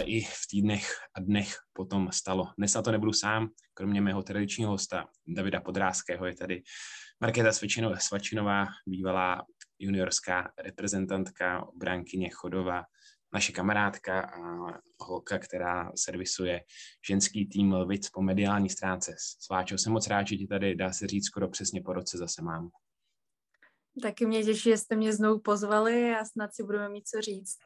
i v týdnech a dnech potom stalo. Dnes na to nebudu sám, kromě mého tradičního hosta Davida Podrázkého je tady Markéta Svačinová, bývalá juniorská reprezentantka, obránkyně Chodova, naše kamarádka a holka, která servisuje ženský tým Lvic po mediální stránce. Sváčo, jsem moc rád, že ti tady, dá se říct, skoro přesně po roce zase mám. Taky mě těší, že jste mě znovu pozvali a snad si budeme mít co říct.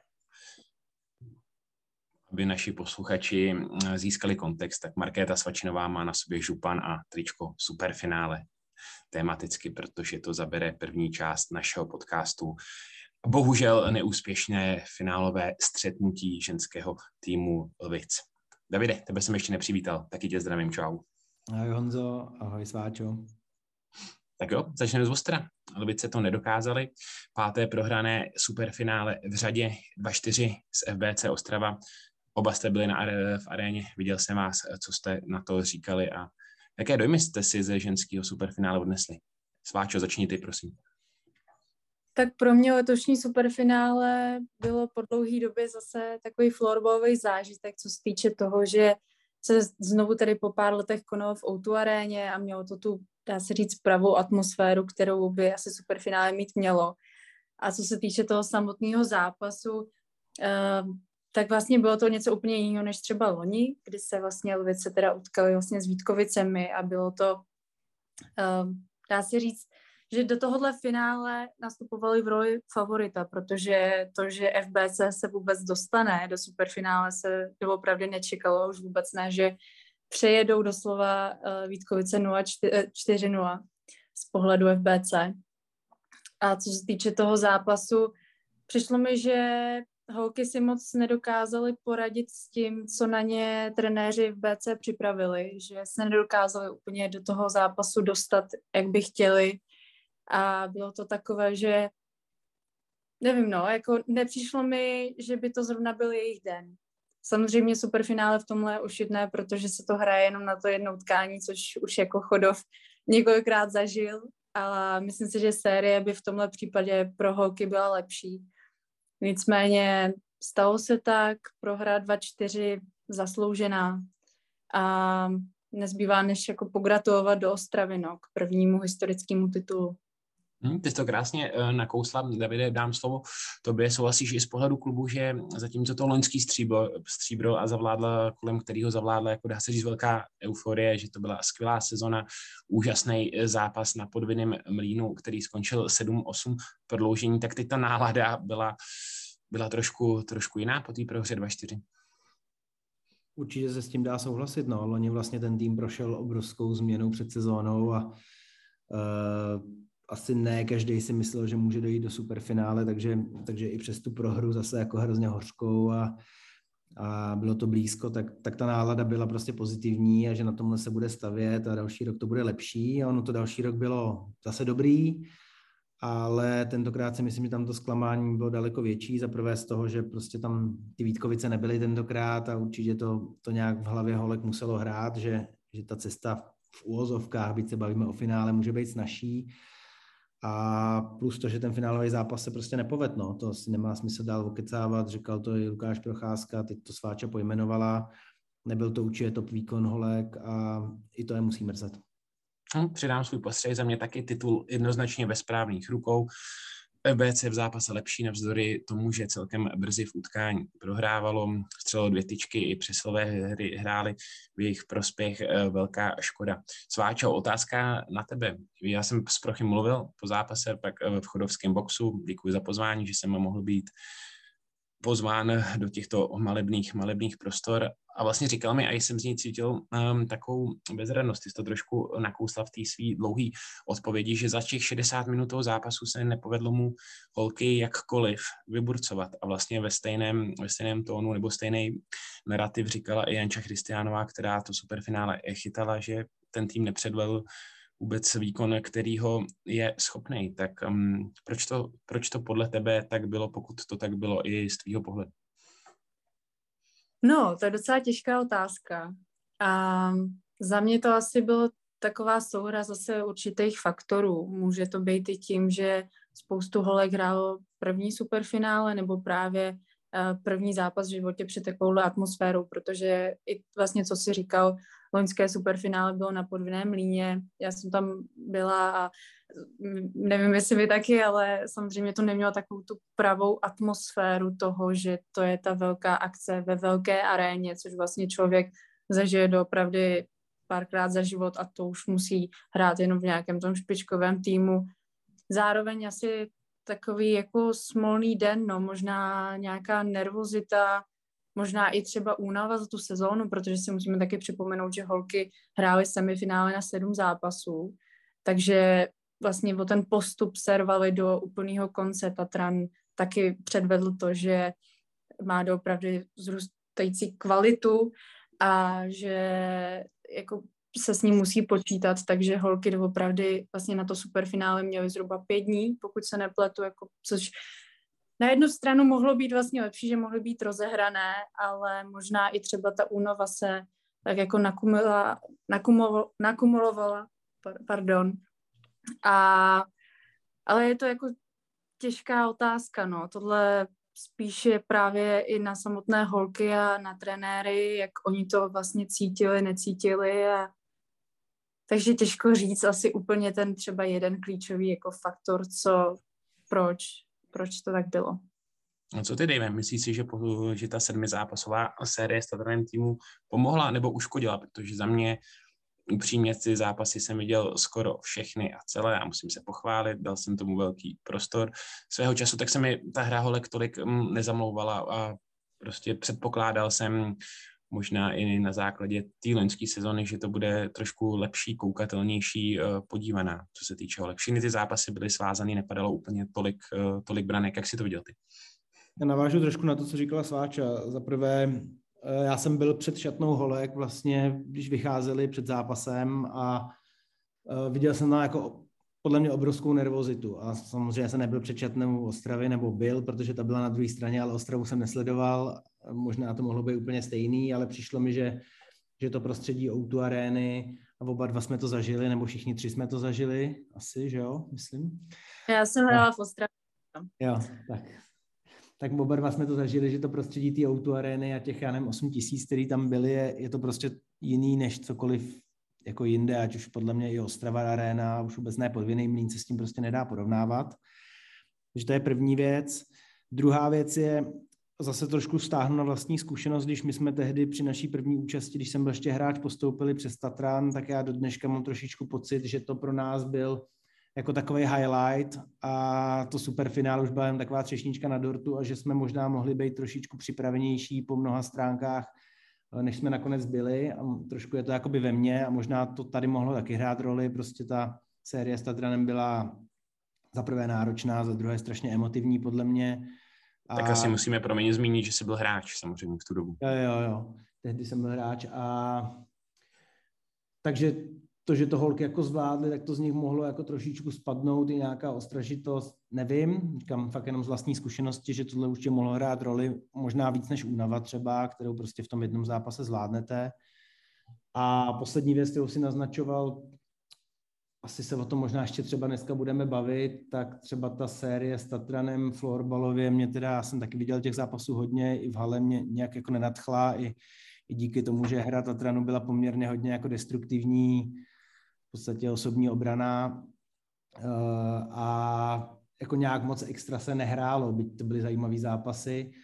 Aby naši posluchači získali kontext, tak Markéta Svačinová má na sobě župan a tričko Superfinále tematicky, protože to zabere první část našeho podcastu. Bohužel neúspěšné finálové střetnutí ženského týmu Lvic. Davide, tebe jsem ještě nepřivítal, taky tě zdravím, čau. Ahoj Honzo, ahoj Sváčo. Tak jo, začneme z ostra. Lvice to nedokázali. 5. prohrané superfinále v řadě 2-4 z FBC Ostrava. Oba jste byli v aréně, viděl jsem vás, co jste na to říkali a jaké dojmy jste si ze ženského superfinále odnesli? Sváčo, začni ty, prosím. Tak pro mě letošní superfinále bylo po dlouhé době zase takový florbalový zážitek, co se týče toho, že se znovu tady po pár letech konalo v O2 aréně a mělo to tu, dá se říct, pravou atmosféru, kterou by asi superfinále mít mělo. A co se týče toho samotného zápasu, tak vlastně bylo to něco úplně jiného než třeba loni, kdy se vlastně Lvice teda utkali vlastně s Vítkovicemi a bylo to, dá se říct, že do tohohle finále nastupovali v roli favorita, protože to, že FBC se vůbec dostane do superfinále, se doopravdy nečekalo, už vůbec ne, že přejedou doslova Vítkovice 4-0 z pohledu FBC. A co se týče toho zápasu, přišlo mi, že holky si moc nedokázaly poradit s tím, co na ně trenéři v BC připravili, že se nedokázali úplně do toho zápasu dostat, jak by chtěli. A bylo to takové, že nevím, jako nepřišlo mi, že by to zrovna byl jejich den. Samozřejmě superfinále v tomhle je ošidné, protože se to hraje jenom na to jedno utkání, což už jako Chodov několikrát zažil, ale myslím si, že série by v tomhle případě pro holky byla lepší. Nicméně stalo se tak, prohra 2-4 zasloužená a nezbývá než jako pogratulovat do Ostravy k prvnímu historickému titulu. Ty jsi to krásně nakousla, Davide, dám slovo tobě. Souhlasíš i z pohledu klubu, že zatímco to loňský stříbro a kolem kterého zavládla, jako dá se říct, velká euforie, že to byla skvělá sezona, úžasný zápas na Podvinném Mlýnu, který skončil 7-8 prodloužení, tak teď ta nálada byla trošku jiná po té prohře 2-4. Určitě se s tím dá souhlasit. Loni vlastně ten tým prošel obrovskou změnou před sezónou a asi ne každý si myslel, že může dojít do superfinále, takže i přes tu prohru zase jako hrozně hořkou a bylo to blízko, tak ta nálada byla prostě pozitivní a že na tomhle se bude stavět a další rok to bude lepší. A ono to další rok bylo zase dobrý, ale tentokrát si myslím, že tam to zklamání bylo daleko větší. Za prvé z toho, že prostě tam ty Vítkovice nebyly tentokrát a určitě to nějak v hlavě holek muselo hrát, že ta cesta v uvozovkách, byť se bavíme o finále, může být snazší. A plus to, že ten finálový zápas se prostě nepovedl. To si nemá smysl dál okecávat, říkal to i Lukáš Procházka, teď to Sváča pojmenovala. Nebyl to určitě top výkon holek a i to je musí mrzet. Přidám svůj postřeh, za mě taky titul jednoznačně ve správných rukou. FBC v zápase lepší navzdory tomu, že celkem brzy v utkání prohrávalo, střelilo 2 tyčky, i přesilové hry hrály v jejich prospěch, velká škoda. Sváčo, otázka na tebe. Já jsem s Prochy mluvil po zápase, pak v chodovském boxu. Děkuji za pozvání, že jsem mohl být pozván do těchto malebných prostor a vlastně říkal mi, a jsem z něj cítil takovou bezradnost, jsi to trošku nakousla v té svý dlouhý odpovědi, že za těch 60 minut toho zápasu se nepovedlo mu holky jakkoliv vyburcovat a vlastně ve stejném tónu nebo stejný narrativ říkala i Janča Christiánová, která to superfinále chytala, že ten tým nepředvedl vůbec výkon, kterýho je schopný. Tak proč to podle tebe tak bylo, pokud to tak bylo i z tvýho pohledu? No, to je docela těžká otázka. A za mě to asi bylo taková souhra zase určitých faktorů. Může to být i tím, že spoustu holek hrálo první superfinále, nebo právě první zápas v životě před takovou atmosférou, protože i vlastně, co jsi říkal, loňské superfinále bylo na Podvinném Mlýně, já jsem tam byla a nevím, jestli vy taky, ale samozřejmě to nemělo takovou tu pravou atmosféru toho, že to je ta velká akce ve velké aréně, což vlastně člověk zažije doopravdy párkrát za život a to už musí hrát jenom v nějakém tom špičkovém týmu. Zároveň asi takový jako smolný den, no, možná nějaká nervozita, možná i třeba únava za tu sezónu, protože si musíme taky připomenout, že holky hrály semifinále na 7 zápasů, takže vlastně o ten postup se rvali do úplného konce. Tatran taky předvedl to, že má doopravdy vzrůstající kvalitu a že jako se s ním musí počítat, takže holky doopravdy vlastně na to superfinále měly zhruba 5 dní, pokud se nepletu, jako, což na jednu stranu mohlo být vlastně lepší, že mohly být rozehrané, ale možná i třeba ta únava se tak jako nakumulovala, ale je to jako těžká otázka, no. Tohle spíš je právě i na samotné holky a na trenéry, jak oni to vlastně cítili, necítili takže těžko říct asi úplně ten třeba jeden klíčový jako faktor, proč to tak bylo. No co ty, Dave, myslíš si, že ta 7zápasová série s Tatranem týmu pomohla nebo uškodila? Protože za mě upřímně ty zápasy jsem viděl skoro všechny a celé a musím se pochválit, dal jsem tomu velký prostor svého času, tak se mi ta hra holek tolik nezamlouvala a prostě předpokládal jsem možná i na základě té loňské sezony, že to bude trošku lepší, koukatelnější, podívaná, co se týče holek. Všechny ty zápasy byly svázaný, nepadalo úplně tolik branek. Jak si to viděl ty? Já navážu trošku na to, co říkala Sváča. Za prvé, já jsem byl před šatnou holek vlastně, když vycházeli před zápasem a viděl jsem tam jako podle mě obrovskou nervozitu a samozřejmě jsem nebyl před šatnou Ostravy, nebo byl, protože ta byla na druhé straně, ale Ostravu jsem nesledoval, možná to mohlo být úplně stejný, ale přišlo mi, že to prostředí O2 arény a oba dva jsme to zažili, nebo všichni 3 jsme to zažili, asi, že jo, myslím. Já jsem hrála v Ostravě. Jo, tak oba dva jsme to zažili, že to prostředí té O2 arény a těch, já nevím, 8 000, který tam byli, je to prostě jiný než cokoliv jako jinde, ať už podle mě i Ostrava arena, už vůbec ne Podvinný Mlýn, se s tím prostě nedá porovnávat. Takže to je první věc. Druhá věc je, zase trošku stáhnu na vlastní zkušenost, když my jsme tehdy při naší první účasti, když jsem byl ještě hráč, postoupili přes Tatran, tak já do dneška mám trošičku pocit, že to pro nás byl jako takový highlight a to superfinále už byla jen taková třešnička na dortu a že jsme možná mohli být trošičku připravenější po mnoha stránkách, než jsme nakonec byli a trošku je to jakoby ve mně a možná to tady mohlo taky hrát roli, prostě ta série s Tatranem byla za prvé náročná, za druhé strašně emotivní podle mě. Tak asi musíme proměnit zmínit, že jsi byl hráč samozřejmě v tu dobu. Jo, tehdy jsem byl hráč a takže to, že to holky jako zvládly, tak to z nich mohlo jako trošičku spadnout i nějaká ostražitost, nevím, říkám fakt jenom z vlastní zkušenosti, že tohle určitě mohlo hrát roli, možná víc než únava třeba, kterou prostě v tom jednom zápase zvládnete. A poslední věc, kterou si naznačoval, asi se o tom možná ještě třeba dneska budeme bavit, tak třeba ta série s Tatranem florbalově mě teda, já jsem taky viděl těch zápasů hodně, i v hale mě nějak jako nenadchla, i díky tomu, že hra Tatranu byla poměrně hodně jako destruktivní, v podstatě osobní obrana a jako nějak moc extra se nehrálo, byť to byly zajímavý zápasy,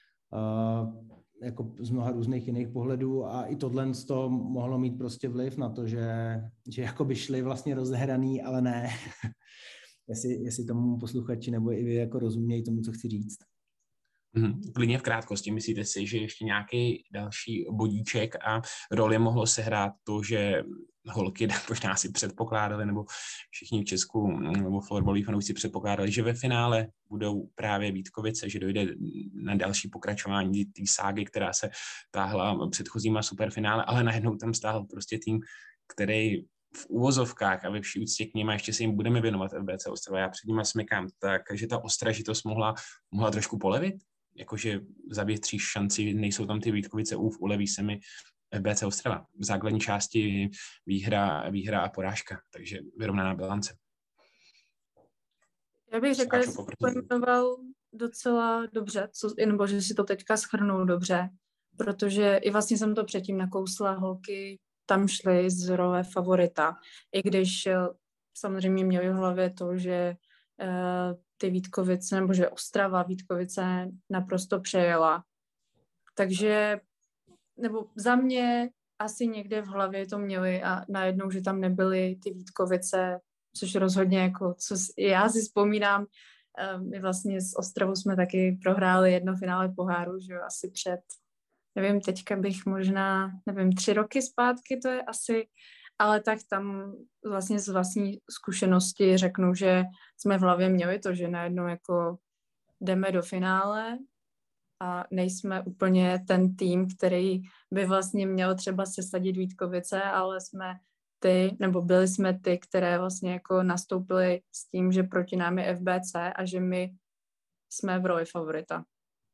jako z mnoha různých jiných pohledů a i tohle z toho mohlo mít prostě vliv na to, že jako by šli vlastně rozehraný, ale ne. jestli tomu posluchači nebo i vy jako rozumějí tomu, co chci říct. Klidně v krátkosti, myslíte si, že ještě nějaký další bodíček a roli mohlo sehrát to, že holky možná si předpokládali, nebo všichni v Česku, nebo florbaloví fanoušci předpokládali, že ve finále budou právě Vítkovice, že dojde na další pokračování té ságy, která se táhla předchozíma superfinále, ale najednou tam stáhl prostě tým, který v uvozovkách a ve vší úctě k ním, a ještě se jim budeme věnovat FBC Ostrava, já před nima smykám, takže ta ostražitost mohla trošku polevit? Jakože zavětříš šanci, nejsou tam ty Vítkovice, uleví se mi FBC Ostrava. V základní části výhra a porážka, takže vyrovnaná bilance. Já bych řekla, že jsi to pojmenoval docela dobře, nebo že si to teďka shrnul dobře, protože i vlastně jsem to předtím nakousla, holky tam šly z role favorita, i když samozřejmě měli v hlavě to, že ty Vítkovice, nebo že Ostrava Vítkovice naprosto přejela. Takže, nebo za mě asi někde v hlavě to měli a najednou, že tam nebyly ty Vítkovice, což rozhodně jako, co já si vzpomínám, my vlastně s Ostravou jsme taky prohráli jedno finále poháru, že jo, asi před, nevím, teďka bych možná, nevím, 3 roky zpátky to je asi, ale tak tam vlastně z vlastní zkušenosti řeknu, že jsme v hlavě měli to, že najednou jako jdeme do finále a nejsme úplně ten tým, který by vlastně měl třeba sesadit Vítkovice, ale byli jsme ty, které vlastně jako nastoupili s tím, že proti nám je FBC a že my jsme v roli favorita.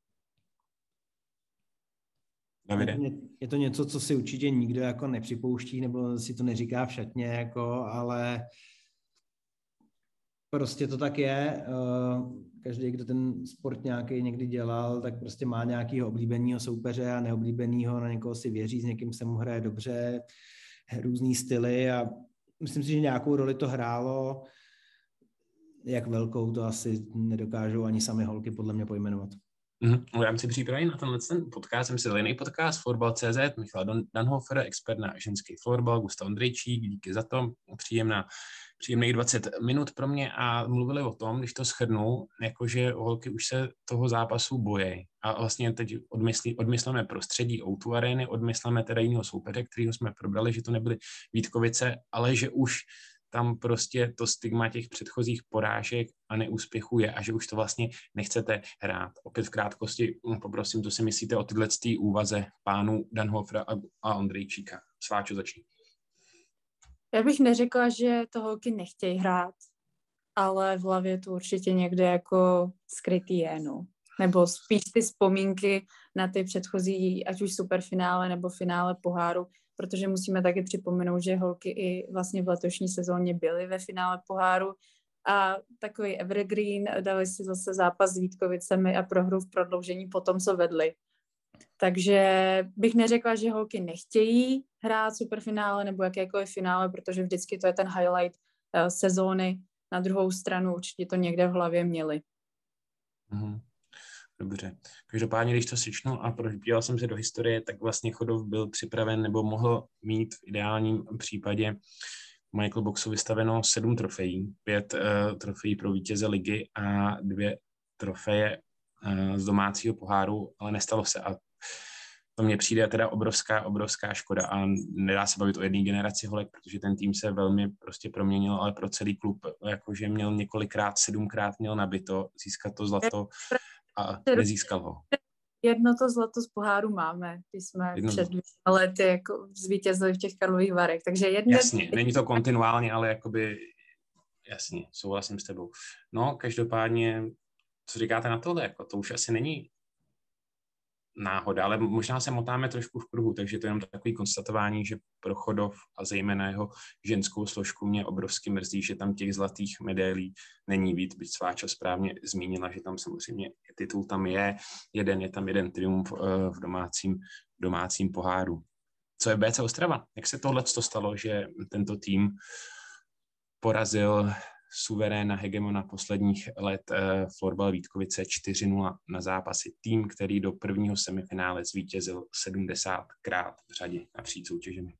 Je to něco, co si určitě nikdo jako nepřipouští, nebo si to neříká v šatně, jako, ale prostě to tak je. Každý, kdo ten sport nějaký někdy dělal, tak prostě má nějakého oblíbeného soupeře a neoblíbeného, na někoho si věří, s někým se mu hraje dobře, různý styly a myslím si, že nějakou roli to hrálo. Jak velkou, to asi nedokážou ani sami holky podle mě pojmenovat. V rámci přípravy na tenhle podcast jsem si dal jiný podcast Florbal.cz, Michal Danhofer, expert na ženský florbal, Gustav Ondrejčík, díky za to, příjemných 20 minut pro mě a mluvili o tom, když to shrnu, jakože holky už se toho zápasu bojí a vlastně teď odmyslíme prostředí O2 Areny, odmyslíme teda jiného soupeře, kterýho jsme probrali, že to nebyly Vítkovice, ale že už tam prostě to stigma těch předchozích porážek a neúspěchů je a že už to vlastně nechcete hrát. Opět v krátkosti poprosím, co si myslíte o tyhle úvaze pánů Danhofera a Ondrejčíka. Sváčo, začni. Já bych neřekla, že to holky nechtějí hrát, ale v hlavě to určitě někde jako skrytý je, no. Nebo spíš ty vzpomínky na ty předchozí, ať už superfinále nebo finále poháru, protože musíme taky připomenout, že holky i vlastně v letošní sezóně byly ve finále poháru a takový evergreen, dali si zase zápas s Vítkovicemi a prohru v prodloužení po tom, co vedli. Takže bych neřekla, že holky nechtějí hrát superfinále nebo jakékoliv finále, protože vždycky to je ten highlight sezóny. Na druhou stranu určitě to někde v hlavě měli. Dobře. Každopádně, když to sečnu a podíval jsem se do historie, tak vlastně Chodov byl připraven nebo mohl mít v ideálním případě Michael Boxu vystaveno 7 trofejí, 5 trofejí pro vítěze ligy a 2 trofeje z domácího poháru, ale nestalo se a to mně přijde teda obrovská škoda a nedá se bavit o jedné generaci holek, protože ten tým se velmi prostě proměnil, ale pro celý klub, jakože měl několikrát, 7krát měl nabito, získat to zlato a nezískal ho. Jedno to zlato z poháru máme, když jsme před 2 lety jako zvítězili v těch Karlových Varech, takže Jasně, není to kontinuálně, ale jakoby jasně, souhlasím s tebou. No, každopádně, co říkáte na tohle, jako to už asi není náhoda, ale možná se motáme trošku v kruhu, takže to je jenom takový konstatování, že pro Chodov a zejména jeho ženskou složku mě obrovsky mrzí, že tam těch zlatých medailí není víc, byť Sváča správně zmínila, že tam samozřejmě titul tam je tam jeden triumf v domácím poháru. Co je BC Ostrava? Jak se tohleto stalo, že tento tým porazil suveréna hegemona posledních let Florbal Vítkovice 4-0 na zápasy. Tým, který do prvního semifinále zvítězil 70krát v řadě napříč soutěžemi.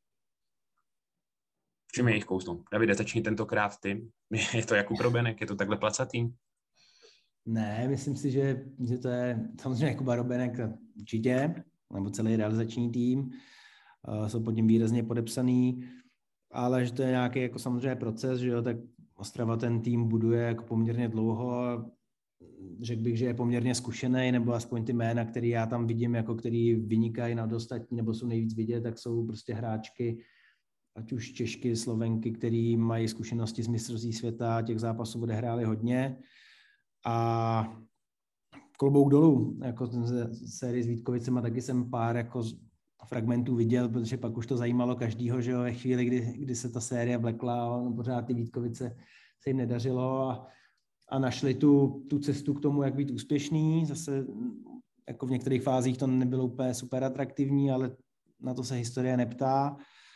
V čem je jejich kouzlo? Davide, začni tentokrát ty. Je to Jakub Robenek? Je to takhle placatý? Ne, myslím si, že to je samozřejmě Jakub Robenek určitě, nebo celý realizační tým. Jsou pod ním výrazně podepsaný, ale že to je nějaký jako samozřejmě proces, že jo, tak Ostrava ten tým buduje jako poměrně dlouho. Řekl bych, že je poměrně zkušený, nebo aspoň ty jména, který já tam vidím, jako který vynikají nad ostatní, nebo jsou nejvíc vidět, tak jsou prostě hráčky, ať už Češky, Slovenky, který mají zkušenosti z mistrovství světa, těch zápasů odehráli hodně. A klobouk dolů, jako ten sérii s Vítkovicema, taky jsem pár jako fragmentů viděl, protože pak už to zajímalo každýho, že jo, ve chvíli, kdy se ta série vlekla a pořád ty Vítkovice se jim nedařilo a našli tu cestu k tomu, jak být úspěšný. Zase jako v některých fázích to nebylo úplně super atraktivní, ale na to se historie neptá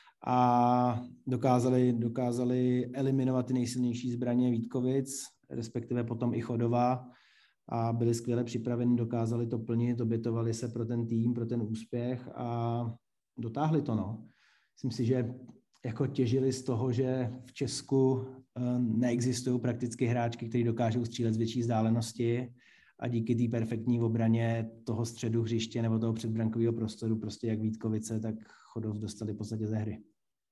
a dokázali eliminovat ty nejsilnější zbraně Vítkovic, respektive potom i Chodova a byli skvěle připraveni, dokázali to plnit, obětovali se pro ten tým, pro ten úspěch a dotáhli to, no. Myslím si, že jako těžili z toho, že v Česku neexistují prakticky hráčky, kteří dokážou střílet z větší vzdálenosti a díky té perfektní obraně toho středu hřiště nebo toho předbrankového prostoru, prostě jak Vítkovice, tak Chodov dostali v podstatě ze hry.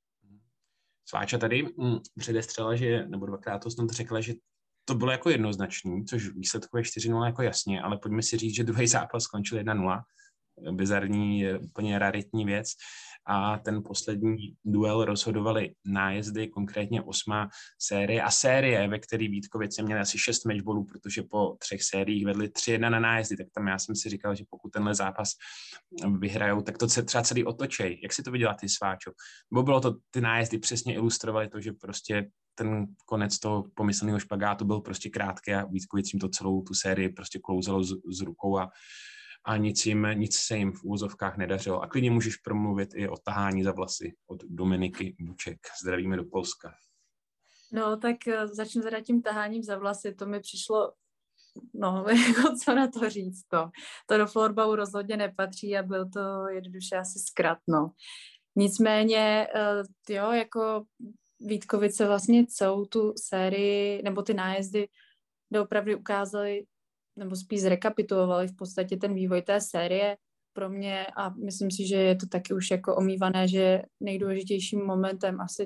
Sváča tady předestřela, nebo dvakrát to snad řekla, že to bylo jako jednoznačný, což výsledkové 4-0 jako jasně, ale pojďme si říct, že druhý zápas skončil 1-0. Bizarní, úplně raritní věc. A ten poslední duel rozhodovali nájezdy, konkrétně 8. série a série, ve které Vítkovice měli asi 6 matchballů, protože po 3 sériích vedli 3-1 na nájezdy, tak tam já jsem si říkal, že pokud tenhle zápas vyhrajou, tak to se třeba celý otočej. Jak si to viděla ty, Sváčo? Bo bylo to, ty nájezdy přesně ilustrovaly to, že prostě ten konec toho pomyslného špagátu byl prostě krátký a Vítkovicím to celou tu sérii prostě klouzalo z rukou a nic se jim v úvozovkách nedařilo. A klidně můžeš promluvit i o tahání za vlasy od Dominiky Buček. Zdravíme do Polska. No, tak začnu teda tím taháním za vlasy. To mi přišlo, no, jako co na to říct, to. To do florbalu rozhodně nepatří a byl to jednoduše asi zkrat, no. Nicméně, jo, jako Vítkovice vlastně celou tu sérii, nebo ty nájezdy doopravdy ukázali, nebo spíš zrekapitulovali v podstatě ten vývoj té série pro mě a myslím si, že je to taky už jako omývané, že nejdůležitějším momentem asi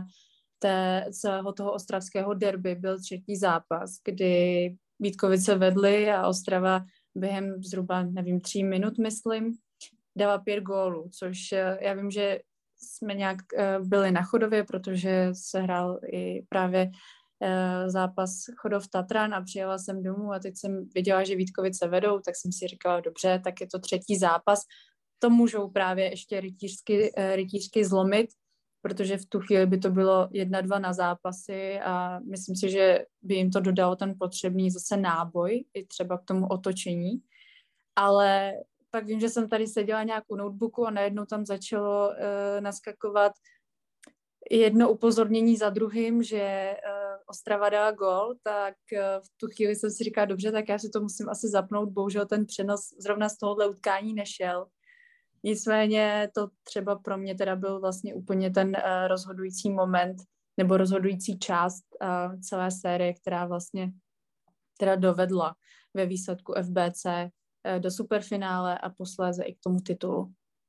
celého toho ostravského derby byl 3. zápas, kdy Vítkovice vedly a Ostrava během zhruba, nevím, 3 minut, myslím, dala 5 gólů, což já vím, že jsme nějak byli na Chodově, protože se hrál i právě zápas Chodov Tatran a přijela jsem domů a teď jsem viděla, že Vítkovice vedou, tak jsem si říkala, dobře, tak je to 3. zápas, to můžou právě ještě rytířsky zlomit, protože v tu chvíli by to bylo 1-2 na zápasy a myslím si, že by jim to dodalo ten potřebný zase náboj, i třeba k tomu otočení, ale pak vím, že jsem tady seděla nějak u notebooku a najednou tam začalo naskakovat jedno upozornění za druhým, že Ostrava dala gól, tak v tu chvíli jsem si říkala, dobře, tak já si to musím asi zapnout, bohužel ten přenos zrovna z tohohle utkání nešel. Nicméně to třeba pro mě teda byl vlastně úplně ten rozhodující moment, nebo rozhodující část celé série, která vlastně teda dovedla ve výsledku FBC do superfinále a posléze i k tomu titulu.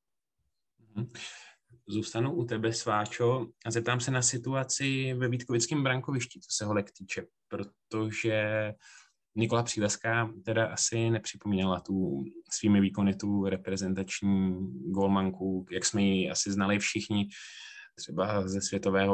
Zůstanu u tebe, Sváčo, a zeptám se na situaci ve Vítkovickém brankovišti, co se holek týče, protože Nikola Příveská teda asi nepřipomínala tu svými výkony tu reprezentační gólmanku, jak jsme ji asi znali všichni, třeba ze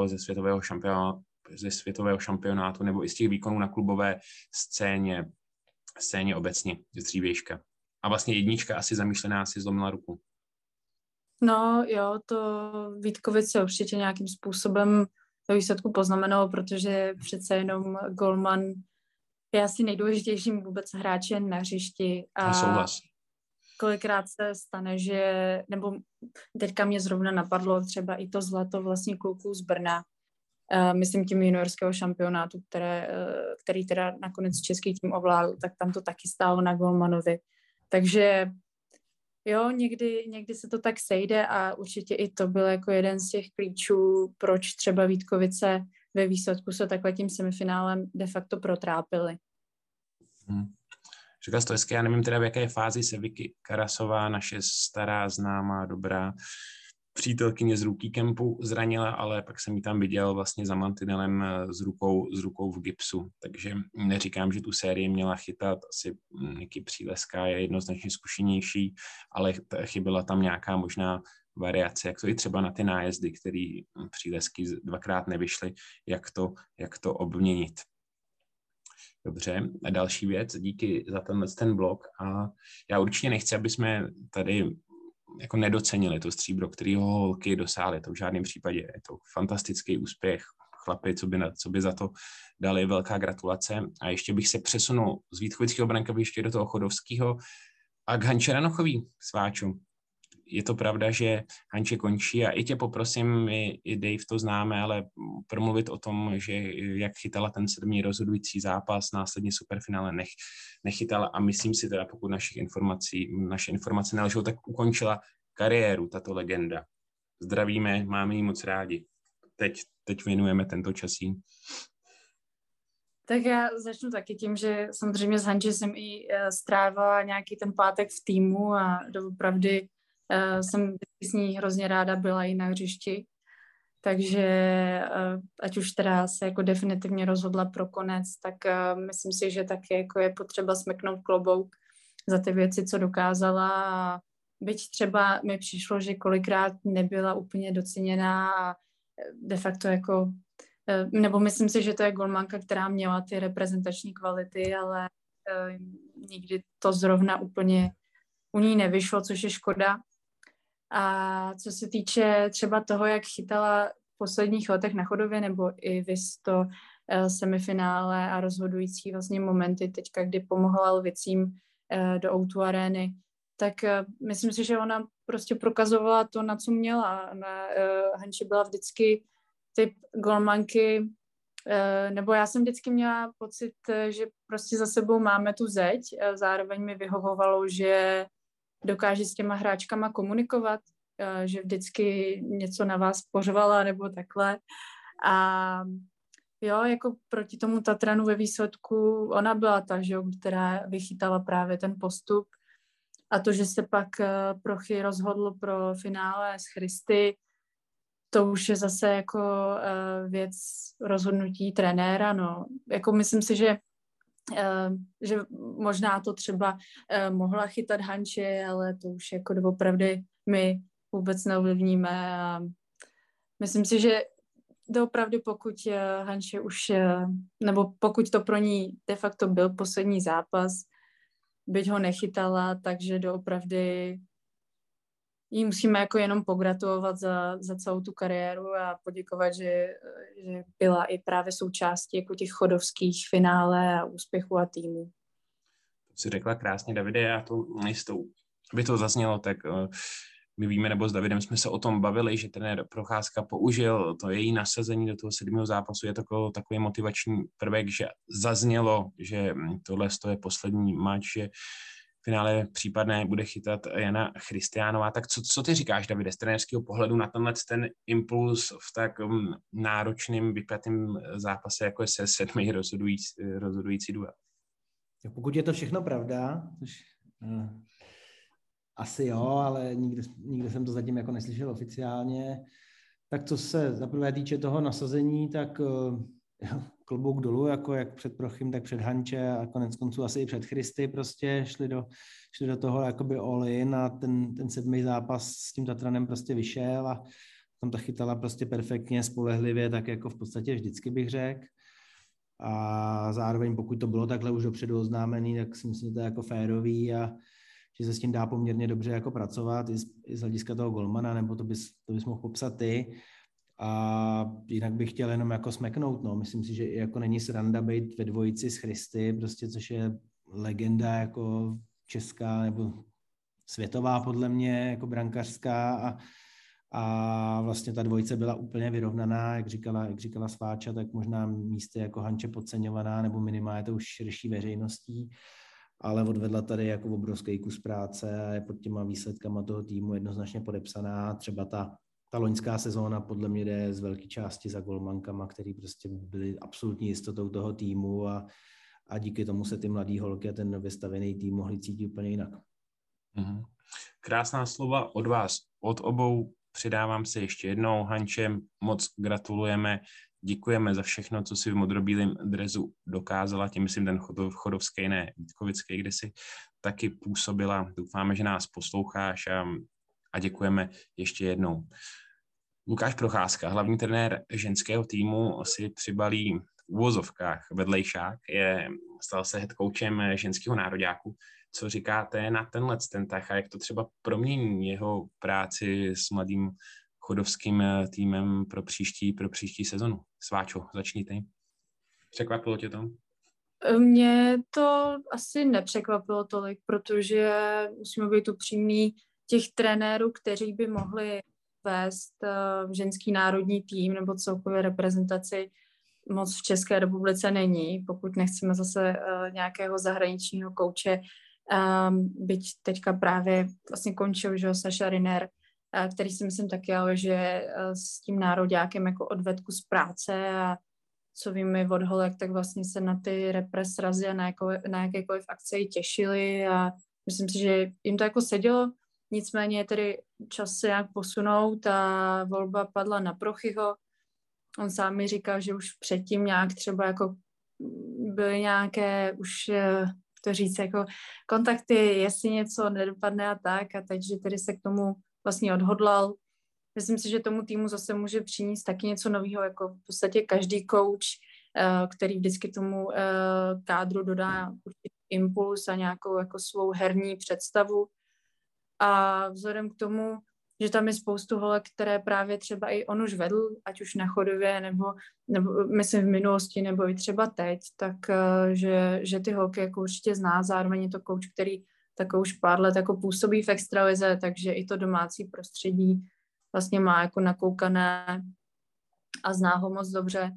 světového šampionátu nebo i z těch výkonů na klubové scéně obecně ze dřívějška. A vlastně jednička asi zamýšlená si zlomila ruku. No jo, to Vítkovice určitě nějakým způsobem ve výsledku poznamenalo, protože přece jenom golman je asi nejdůležitějším vůbec hráčem na hřišti. A souhlas. Kolikrát se stane, že, nebo teďka mě zrovna napadlo třeba i to zlato vlastně kluků z Brna, myslím tím juniorského šampionátu, který teda nakonec český tým ovládl, tak tam to taky stálo na golmanovi. Takže jo, někdy se to tak sejde a určitě i to byl jako jeden z těch klíčů, proč třeba Vítkovice ve výsledku se takhle tím semifinálem de facto protrápili. Říkal jsi to hezky, já nevím teda, v jaké fázi se Vicky Karasová, naše stará, známá, dobrá přítelkyně z Rookie Campu zranila, ale pak jsem ji tam viděl vlastně za mantinelem s rukou v gipsu, takže neříkám, že tu sérii měla chytat, asi Niky Příveská je jednoznačně zkušenější, ale chyběla tam nějaká možná variace, jak to i třeba na ty nájezdy, které Přívesky 2krát nevyšly, jak to obměnit. Dobře, a další věc, díky za ten blog a já určitě nechci, aby jsme tady jako nedocenili to stříbro, kterého holky dosáhly, to v žádném případě. Je to fantastický úspěch, chlapi, co by za to dali, velká gratulace. A ještě bych se přesunul z Vítkovického brankoviště do toho Chodovského a k Hanče Ranochový, Sváču. Je to pravda, že Hanče končí a i tě poprosím, i Dave to známe, ale promluvit o tom, že jak chytala ten 7. rozhodující zápas, následně superfinále nechytala a myslím si teda, pokud naše informace nelžou, tak ukončila kariéru, tato legenda. Zdravíme, máme ji moc rádi. Teď věnujeme tento čas jí. Tak já začnu taky tím, že samozřejmě s Hanči jsem i strávila nějaký ten pátek v týmu a doopravdy jsem s ní hrozně ráda byla i na hřišti. Takže ať už teda se jako definitivně rozhodla pro konec, tak myslím si, že taky jako je potřeba smeknout klobouk za ty věci, co dokázala. A byť třeba mi přišlo, že kolikrát nebyla úplně doceněná a de facto jako, nebo myslím si, že to je golmanka, která měla ty reprezentační kvality, ale nikdy to zrovna úplně u ní nevyšlo, což je škoda. A co se týče třeba toho, jak chytala v posledních letech na Chodově, nebo i to semifinále a rozhodující vlastně momenty teďka, kdy pomohla Lvicím do O2 arény, tak myslím si, že ona prostě prokazovala to, na co měla. Hanči byla vždycky typ golmanky, nebo já jsem vždycky měla pocit, že prostě za sebou máme tu zeď, zároveň mi vyhovovalo, že dokáže s těma hráčkama komunikovat, že vždycky něco na vás pořvala nebo takhle. A jo, jako proti tomu Tatranu ve výsledku, ona byla ta, že, která vychytala právě ten postup. A to, že se pak Prochy rozhodl pro finále s Christy, to už je zase jako věc rozhodnutí trenéra. No. Jako myslím si, že možná to třeba mohla chytat Hanči, ale to už jako doopravdy my vůbec neovlivníme. A myslím si, že doopravdy pokud Hanči už, nebo pokud to pro ní de facto byl poslední zápas, byť ho nechytala, takže doopravdy jí musíme jako jenom pogratulovat za celou tu kariéru a poděkovat, že byla i právě součástí jako těch chodovských finále a úspěchů a týmů. To si řekla krásně, Davide, já to nejistou. Aby to zaznělo, tak my víme, nebo s Davidem jsme se o tom bavili, že trenér Procházka použil to její nasazení do toho 7. zápasu, je takový motivační prvek, že zaznělo, že tohle je poslední mač, že v finále případné bude chytat Jana Christiánová. Tak co ty říkáš, Davide, z trenérského pohledu na ten impuls v tak náročným, vypjatým zápase, jako je se 7. rozhodující duel? Pokud je to všechno pravda, což asi jo, ale nikde jsem to zatím jako neslyšel oficiálně, tak co se zaprvé týče toho nasazení, tak klobouk dolů, jako jak před Prochym, tak před Hanče a konec konců asi i před Christy prostě šli do toho jakoby all in a ten 7. zápas s tím Tatranem prostě vyšel a tam ta chytala prostě perfektně, spolehlivě, tak jako v podstatě vždycky bych řekl. A zároveň pokud to bylo takhle už dopředu oznámený, tak si myslím, že to je jako férový a že se s tím dá poměrně dobře jako pracovat i z hlediska toho golmana, nebo to bys mohl popsat ty. A jinak bych chtěl jenom jako smeknout, no. Myslím si, že jako není sranda být ve dvojici s Christy, prostě, což je legenda jako česká nebo světová podle mě, jako brankařská a vlastně ta dvojice byla úplně vyrovnaná, jak říkala Sváča, tak možná místy jako Hanče podceňovaná, nebo minimálně to už širší veřejností, ale odvedla tady jako obrovský kus práce a je pod těma výsledkama toho týmu jednoznačně podepsaná. Třeba ta loňská sezóna podle mě jde z velké části za golmankama, který prostě byli absolutní jistotou toho týmu a díky tomu se ty mladý holky a ten nově stavěný tým mohli cítit úplně jinak. Mm-hmm. Krásná slova od vás, od obou. Přidávám se ještě jednou. Hanče, moc gratulujeme, děkujeme za všechno, co si v modrobílém dresu dokázala, tím myslím ten chodovský, ne vítkovický, kde si taky působila. Doufáme, že nás posloucháš a děkujeme ještě jednou. Lukáš Procházka, hlavní trenér ženského týmu, si přibalí v uvozovkách vedlejšák, stal se head coachem ženského nároďáku. Co říkáte na ten tah a jak to třeba promění jeho práci s mladým chodovským týmem pro příští sezonu? Sváčo, začni ty. Překvapilo tě to? Mě to asi nepřekvapilo tolik, protože musíme být upřímní, těch trenérů, kteří by mohli vést ženský národní tým nebo celkově reprezentaci, moc v České republice není, pokud nechceme zase nějakého zahraničního kouče, byť teďka právě vlastně končil, že Saša Rinner, který si myslím taky, ale že s tím nároďákem jako odvedl kus práce a co víme od holek, tak vlastně se na ty repres srazy a na jakékoliv akce i těšili a myslím si, že jim to jako sedělo, nicméně je tedy čas se nějak posunout a volba padla na Prochyho. On sám mi říkal, že už předtím nějak třeba jako byly nějaké už, to říct, jako kontakty, jestli něco nedopadne a tak a teď, že tedy se k tomu vlastně odhodlal. Myslím si, že tomu týmu zase může přinést taky něco nového, jako v podstatě každý coach, který vždycky tomu kádru dodá určitý impuls a nějakou jako svou herní představu. A vzhledem k tomu, že tam je spoustu holek, které právě třeba i on už vedl, ať už na Chodově, nebo myslím v minulosti, nebo i třeba teď, tak že ty holky jako určitě zná, zároveň je to coach, který takovou už pár let jako působí v extralize, takže i to domácí prostředí vlastně má jako nakoukané a zná ho moc dobře.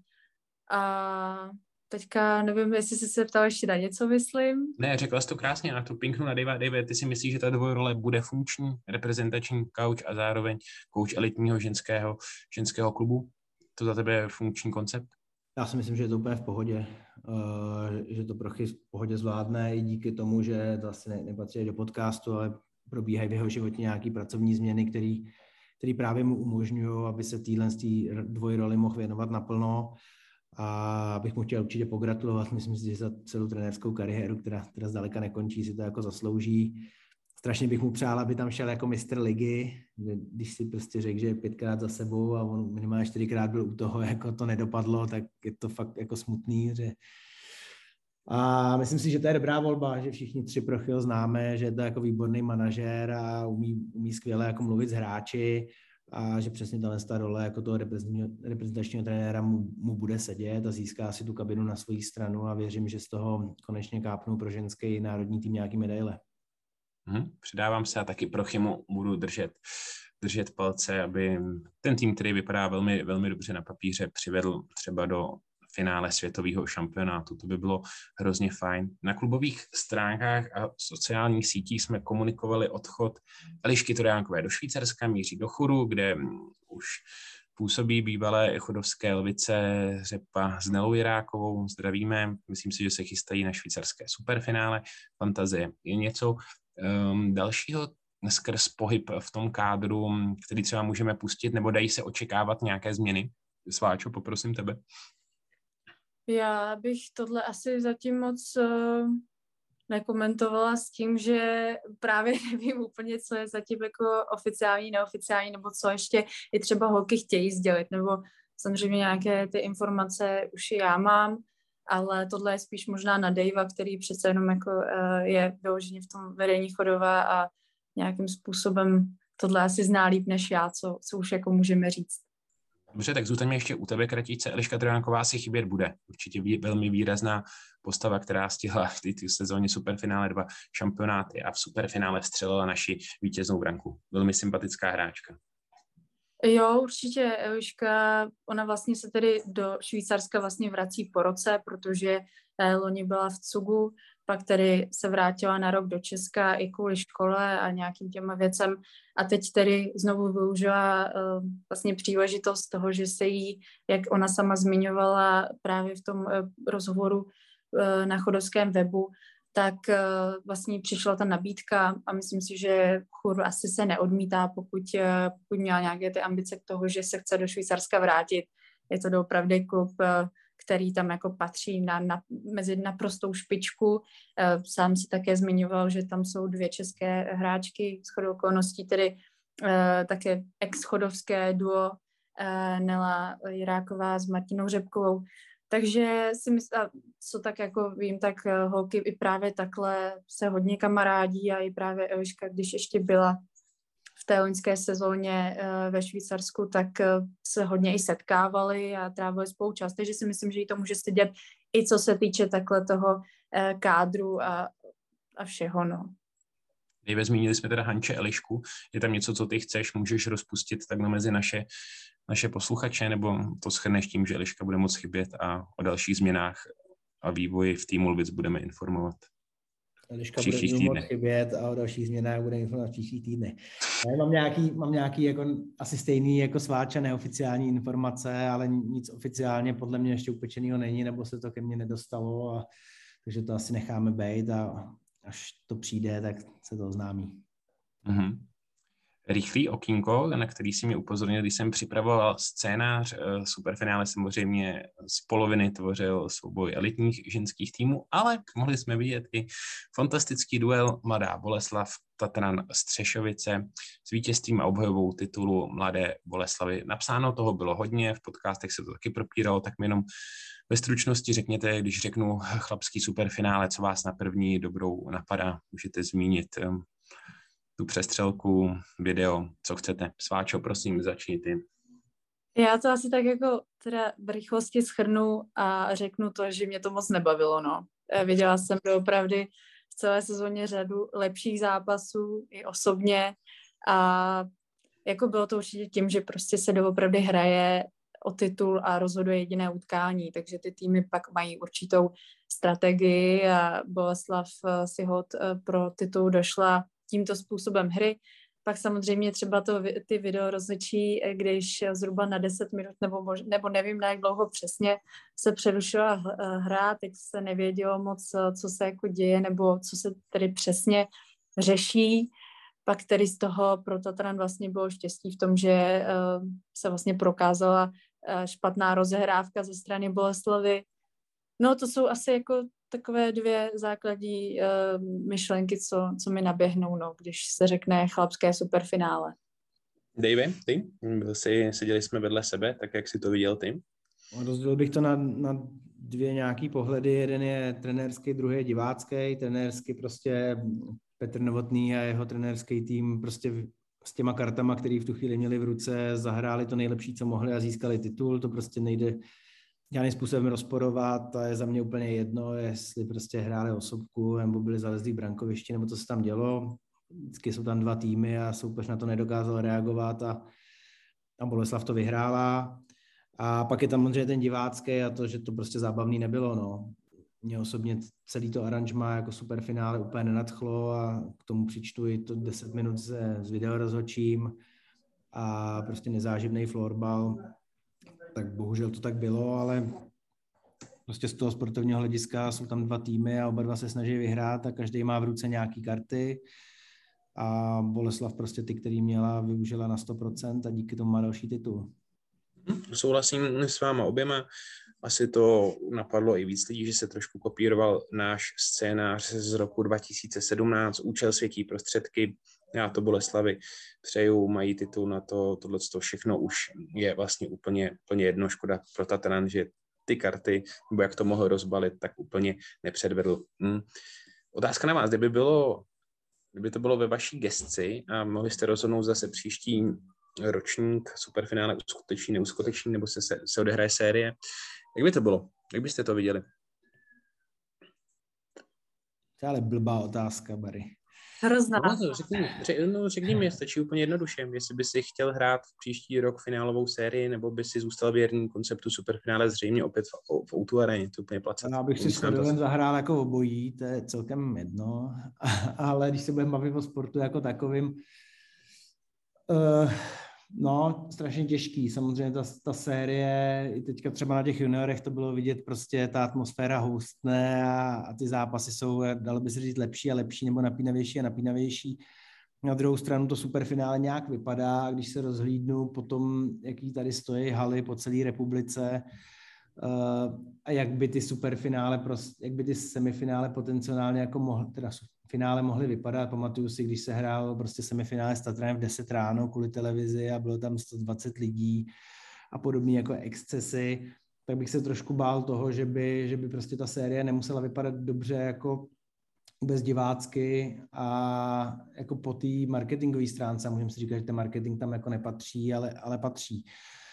A teďka nevím, jestli jsi se ptal ještě na něco, myslím. Ne, řekla jsi to krásně, na to pinknu na Dave. Ty si myslíš, že ta dvojrole bude funkční, reprezentační coach a zároveň coach elitního ženského klubu? To za tebe je funkční koncept? Já si myslím, že je to úplně v pohodě, že to Prochy v pohodě zvládne i díky tomu, že to asi nepatří do podcastu, ale probíhají v jeho životě nějaké pracovní změny, které právě mu umožňují, aby se téhle dvojroli mohl věnovat naplno. A bych mu chtěl určitě pogratulovat. Myslím si, že za celou trenérskou kariéru, která zdaleka nekončí, si to jako zaslouží. Strašně bych mu přál, aby tam šel jako mistr ligy, když si prostě řekl, že je 5krát za sebou a on minimálně 4krát byl u toho, jako to nedopadlo, tak je to fakt jako smutný. A myslím si, že to je dobrá volba, že všichni tři Prochyho známe, že je to jako výborný manažér a umí skvěle jako mluvit s hráči a že přesně ta role jako toho reprezentačního trenéra mu bude sedět a získá si tu kabinu na svou stranu a věřím, že z toho konečně kápnou pro ženský národní tým nějaký medaile. Přidávám se a taky Prochymu budu držet palce, aby ten tým, který vypadá velmi, velmi dobře na papíře, přivedl třeba do finále světového šampionátu. To by bylo hrozně fajn. Na klubových stránkách a sociálních sítích jsme komunikovali odchod Elišky Trojánkové do Švýcarska, míří do Churu, kde už působí bývalé chodovské lvice Řepa s Nelou Jirákovou. Zdravíme. Myslím si, že se chystají na švýcarské superfinále. Fantazie je něco dalšího skrz pohyb v tom kádru, který třeba můžeme pustit, nebo dají se očekávat nějaké změny? Sváčo, poprosím tebe. Já bych tohle asi zatím moc nekomentovala s tím, že právě nevím úplně, co je zatím jako oficiální, neoficiální, nebo co ještě i třeba holky chtějí sdělit, nebo samozřejmě nějaké ty informace už i já mám, ale tohle je spíš možná na Davea, který přece jenom jako je vyloženě v tom vedení Chodova a nějakým způsobem tohle asi zná líp než já, co už jako můžeme říct. Dobře, tak zůstaňme ještě u tebe kratičce. Eliška Trojánková si chybět bude. Určitě velmi výrazná postava, která stihla v té sezóně superfinále 2 šampionáty a v superfinále vstřelila naši vítěznou branku. Velmi sympatická hráčka. Jo, určitě Eliška, ona vlastně se tedy do Švýcarska vlastně vrací po roce, protože loni byla v Cugu, pak tedy se vrátila na rok do Česka i kvůli škole a nějakým těma věcem a teď tedy znovu využila vlastně příležitost toho, že se jí, jak ona sama zmiňovala právě v tom rozhovoru na chodovském webu, tak vlastně přišla ta nabídka a myslím si, že Chur asi se neodmítá, pokud měla nějaké ty ambice k toho, že se chce do Švýcarska vrátit. Je to doopravdy klub, který tam jako patří mezi naprostou špičku. Sám si také zmiňoval, že tam jsou 2 české hráčky s shodou okolností, tedy také ex-chodovské duo Nela Jiráková s Martinou Řepkovou. Takže si myslím, co tak jako vím, tak holky i právě takhle se hodně kamarádí a i právě Eliška, když ještě byla v té loňské sezóně ve Švýcarsku, tak se hodně i setkávali a trávili spolu čas, takže si myslím, že jí to může sedět i co se týče takhle toho kádru a všeho, no. Zmínili jsme teda Hanče Elišku. Je tam něco, co ty chceš, můžeš rozpustit takhle mezi naše posluchače, nebo to shrneš tím, že Eliška bude moc chybět a o dalších změnách a vývoji v týmu Lvic budeme informovat. Eliška bude moc chybět a o dalších změnách bude informovat v příštích týdnech. Já mám nějaký jako, asi stejný jako Sváča neoficiální informace, ale nic oficiálně podle mě ještě upečenýho není, nebo se to ke mně nedostalo, takže to asi necháme bejt a až to přijde, tak se to oznámí. Mm-hmm. Rychlý okýnko, na který si mě upozornil, když jsem připravoval scénář. Superfinále samozřejmě z poloviny tvořil souboj elitních ženských týmů, ale mohli jsme vidět i fantastický duel Mladá Boleslav Tatran Střešovice s vítězstvím a obhajovou titulu Mladé Boleslavy. Napsáno toho bylo hodně, v podcastech se to taky propíralo, tak mi jenom ve stručnosti řekněte, když řeknu chlapský superfinále, co vás na první dobrou napadá. Můžete zmínit tu přestřelku, video, co chcete. Sváčo, prosím, začni ty. Já to asi tak jako teda v rychlosti shrnu a řeknu to, že mě to moc nebavilo, no. Viděla jsem doopravdy v celé sezóně řadu lepších zápasů i osobně a jako bylo to určitě tím, že prostě se doopravdy hraje o titul a rozhoduje jediné utkání, takže ty týmy pak mají určitou strategii a Boleslav si hod pro titul došla tímto způsobem hry. Pak samozřejmě třeba ty video rozličí, když zhruba na 10 minut nebo nevím na jak dlouho přesně se přerušila hra, teď se nevědělo moc, co se jako děje nebo co se tedy přesně řeší. Pak tedy z toho pro Tatran vlastně bylo štěstí v tom, že se vlastně prokázala špatná rozehrávka ze strany Boleslavy. No to jsou asi jako takové dvě základní myšlenky, co mi naběhnou, no, když se řekne chlapské superfinále. Dave, ty? Seděli jsme vedle sebe, tak jak jsi to viděl ty? Rozdělil bych to na dvě nějaký pohledy. Jeden je trenérský, druhý je divácký. Trenérský prostě Petr Novotný a jeho trenérský tým prostě s těma kartama, který v tu chvíli měli v ruce, zahráli to nejlepší, co mohli a získali titul. To prostě nejde žádným způsobem rozporovat a je za mě úplně jedno, jestli prostě hráli osobku nebo byli zalezlí v brankovišti, nebo co se tam dělo. Vždycky jsou tam dva týmy a soupeř na to nedokázal reagovat a Boleslav to vyhrála. A pak je tam samozřejmě ten divácký a to, že to prostě zábavný nebylo. No. Mě osobně celý to aranžma jako superfinále úplně nenadchlo a k tomu přičtu i to 10 minut s videorozhodčím a prostě nezáživný florbal. Tak bohužel to tak bylo, ale prostě z toho sportovního hlediska jsou tam dva týmy a oba dva se snaží vyhrát a každý má v ruce nějaký karty a Boleslav prostě ty, který měla, využila na 100% a díky tomu má další titul. Souhlasím s váma oběma. Asi to napadlo i víc lidí, že se trošku kopíroval náš scénář z roku 2017, účel světí prostředky. Já to Boleslavy přeju, mají titul na to, tohleto všechno už je vlastně úplně jedno, škoda pro Tatran, že ty karty, nebo jak to mohl rozbalit, tak úplně nepředvedl. Otázka na vás, kdyby to bylo ve vaší gesci a mohli jste rozhodnout zase příští ročník superfinále uskuteční, neuskuteční, nebo se odehraje série, jak by to bylo? Jak byste to viděli? To je ale blbá otázka, Barry. Hrozná. Řekni mi, stačí úplně jednoduše, jestli by si chtěl hrát v příští rok finálovou sérii, nebo by si zůstal věrný konceptu superfinále zřejmě opět v O2 aréně, to úplně placet. Já bych si s Chodilem zahrál jako obojí, to je celkem jedno, ale když se budeme bavit o sportu jako takovým, no, strašně těžký. Samozřejmě ta série, i teďka třeba na těch juniorech to bylo vidět, prostě ta atmosféra houstne a ty zápasy jsou, dalo by se říct, lepší a lepší, nebo napínavější a napínavější. Na druhou stranu to superfinále nějak vypadá, když se rozhlídnu potom, jaký tady stojí haly po celé republice a jak by ty superfinále, jak by ty semifinále potenciálně jako finále mohly vypadat. Pamatuju si, když se hrál prostě semifinále s Tatranem v 10 ráno kvůli televizi a bylo tam 120 lidí a podobné jako excesy, tak bych se trošku bál toho, že by prostě ta série nemusela vypadat dobře jako vůbec divácky a jako po té marketingové stránce, můžeme si říkat, že ten marketing tam jako nepatří, ale patří.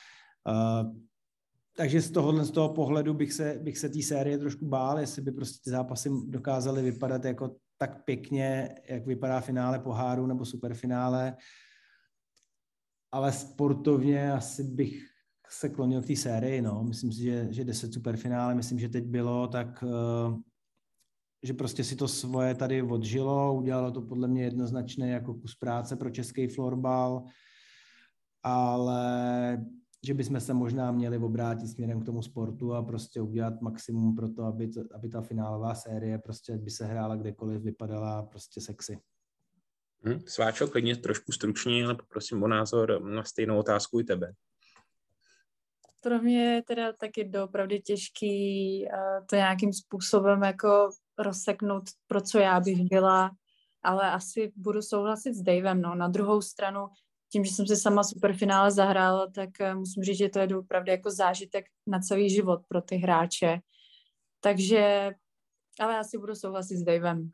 Takže z toho pohledu bych se té série trošku bál, jestli by prostě ty zápasy dokázaly vypadat jako tak pěkně, jak vypadá finále poháru nebo superfinále, ale sportovně asi bych se klonil k té sérii, no. Myslím si, že 10 superfinále, myslím, že teď bylo, tak že prostě si to svoje tady odžilo, udělalo to podle mě jednoznačně jako kus práce pro český florbal, ale že bychom se možná měli obrátit směrem k tomu sportu a prostě udělat maximum pro to, aby ta finálová série prostě by se hrála kdekoliv, vypadala prostě sexy. Sváčo, klidně trošku stručně, ale poprosím o názor na stejnou otázku i tebe. Pro mě je teda taky doopravdy těžký to nějakým způsobem jako rozseknout, pro co já bych byla, ale asi budu souhlasit s Davem, no. Na druhou stranu, tím, že jsem si sama superfinále zahrála, tak musím říct, že to je doopravdy jako zážitek na celý život pro ty hráče. Takže, ale asi budu souhlasit s Davem.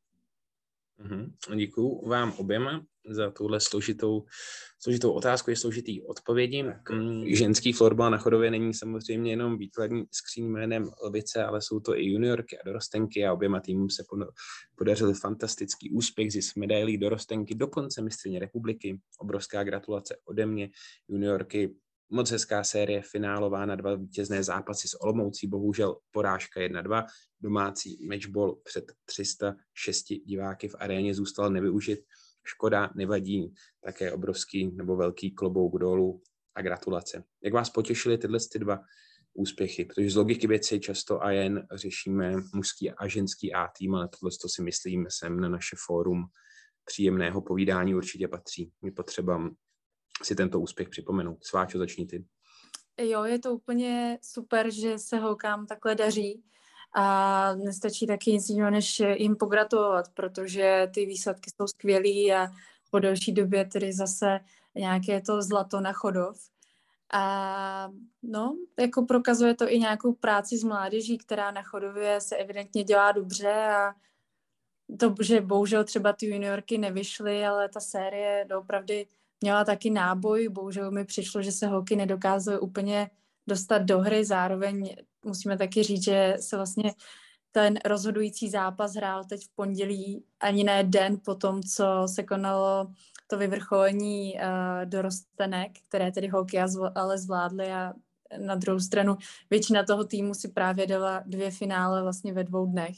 Děkuju vám oběma za tuhle složitou otázku, je složitý odpovědi. Ženský florbal na Chodově není samozřejmě jenom výkladní skříň jménem Lvice, ale jsou to i juniorky a dorostenky a oběma týmům se podařil fantastický úspěch, zisk medailí dorostenky, dokonce mistryně republiky. Obrovská gratulace ode mě, juniorky. Moc hezká série finálová na 2 vítězné zápasy s Olomoucí, bohužel porážka 1-2. Domácí matchball před 306 diváky v aréně zůstal nevyužit. Škoda, nevadí, také obrovský nebo velký klobouk dolů a gratulace. Jak vás potěšily tyhle 2 úspěchy? Protože z logiky věci často a jen řešíme mužský a ženský A tým, ale tohle si myslím sem na naše fórum příjemného povídání určitě patří. Je potřeba si tento úspěch připomenout. Sváčo, začni ty. Jo, je to úplně super, že se holkám takhle daří a nestačí taky nic jiného, než jim pogratulovat, protože ty výsledky jsou skvělý a po delší době tedy zase nějaké to zlato na Chodov. A no, jako prokazuje to i nějakou práci s mládeží, která na Chodově se evidentně dělá dobře a to, že bohužel třeba ty juniorky nevyšly, ale ta série doopravdy měla taky náboj, bohužel mi přišlo, že se holky nedokázaly úplně dostat do hry, zároveň musíme taky říct, že se vlastně ten rozhodující zápas hrál teď v pondělí, ani ne den po tom, co se konalo to vyvrcholení dorostenek, které tedy holky ale zvládly a na druhou stranu většina toho týmu si právě dala 2 finále vlastně ve 2 dnech.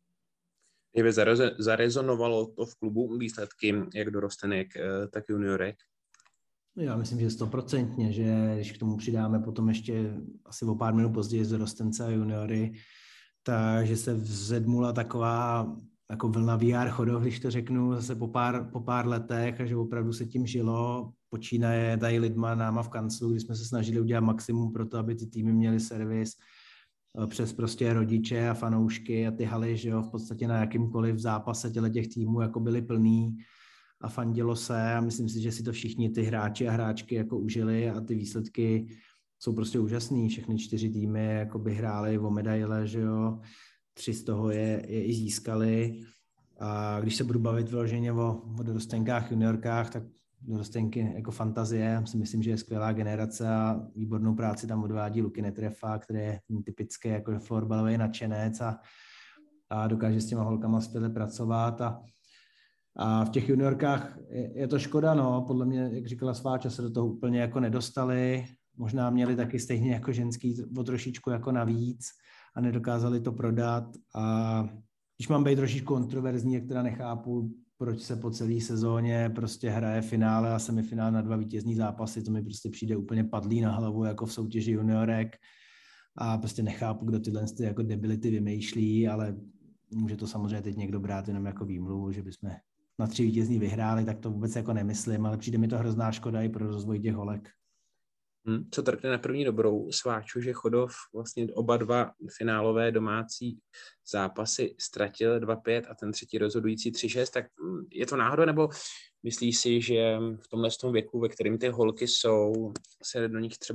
Zarezonovalo to v klubu výsledky jak dorostenek, tak juniorek? Já myslím, že 100%, že když k tomu přidáme potom ještě asi o pár minut později z dorostence a juniory, takže se vzedmula taková jako vlna VR Chodov, když to řeknu, zase po pár letech a že opravdu se tím žilo, počínaje tady lidma náma v kanclu, kdy jsme se snažili udělat maximum pro to, aby ty týmy měly servis přes prostě rodiče a fanoušky a ty haly, že jo, v podstatě na jakýmkoliv zápase těch týmů jako byly plný a fandilo se a myslím si, že si to všichni ty hráči a hráčky jako užili a ty výsledky jsou prostě úžasný. Všechny 4 týmy jako by hrály o medaile, že jo, 3 z toho je i získali a když se budu bavit vyloženě o dorostenkách, juniorkách, tak dorostenky jako fantazie, si myslím, že je skvělá generace a výbornou práci tam odvádí Luky Netrefa, který je typický jako florbalový nadšenec a dokáže s těma holkama skvěle pracovat a v těch juniorkách je to škoda, no, podle mě, jak říkala Sváča, se do toho úplně jako nedostali, možná měli taky stejně jako ženský o trošičku jako navíc a nedokázali to prodat a když mám být trošičku kontroverzní, jak teda nechápu, proč se po celé sezóně prostě hraje finále a semifinále na 2 vítězný zápasy, to mi prostě přijde úplně padlý na hlavu jako v soutěži juniorek a prostě nechápu, kdo tyhle jako debility vymýšlí, ale může to samozřejmě teď někdo brát jenom jako výmluvu, že bychom na 3 vítězný vyhráli, tak to vůbec jako nemyslím, ale přijde mi to hrozná škoda i pro rozvoj těch holek. Co trkne na první dobrou, Sváču, že Chodov vlastně oba 2 finálové domácí zápasy ztratil 2-5 a ten třetí rozhodující 3-6, tak je to náhoda, nebo myslíš si, že v tomhle věku, ve kterém ty holky jsou, se do nich třeba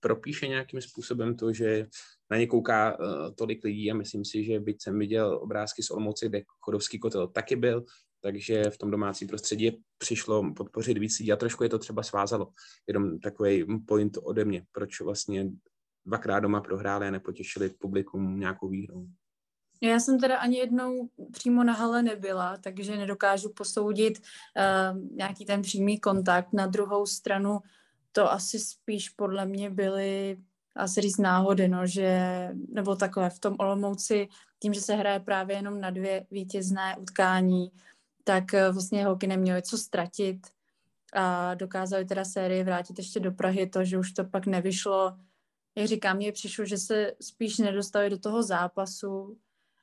propíše nějakým způsobem to, že na ně kouká tolik lidí a myslím si, že byť jsem viděl obrázky z Olomouce, kde Chodovský kotel taky byl, takže v tom domácím prostředí přišlo podpořit víc lidí a trošku je to třeba svázalo. Jenom takový point ode mě, proč vlastně dvakrát doma prohráli a nepotěšili publikum nějakou výhrou. Já jsem teda ani jednou přímo na hale nebyla, takže nedokážu posoudit nějaký ten přímý kontakt. Na druhou stranu to asi spíš podle mě byly asi říct náhody, no, že, nebo takhle v tom Olomouci, tím, že se hraje právě jenom na 2 vítězné utkání, tak vlastně holky neměly co ztratit a dokázali teda sérii vrátit ještě do Prahy, to, že už to pak nevyšlo. Jak říkám, mně přišlo, že se spíš nedostali do toho zápasu,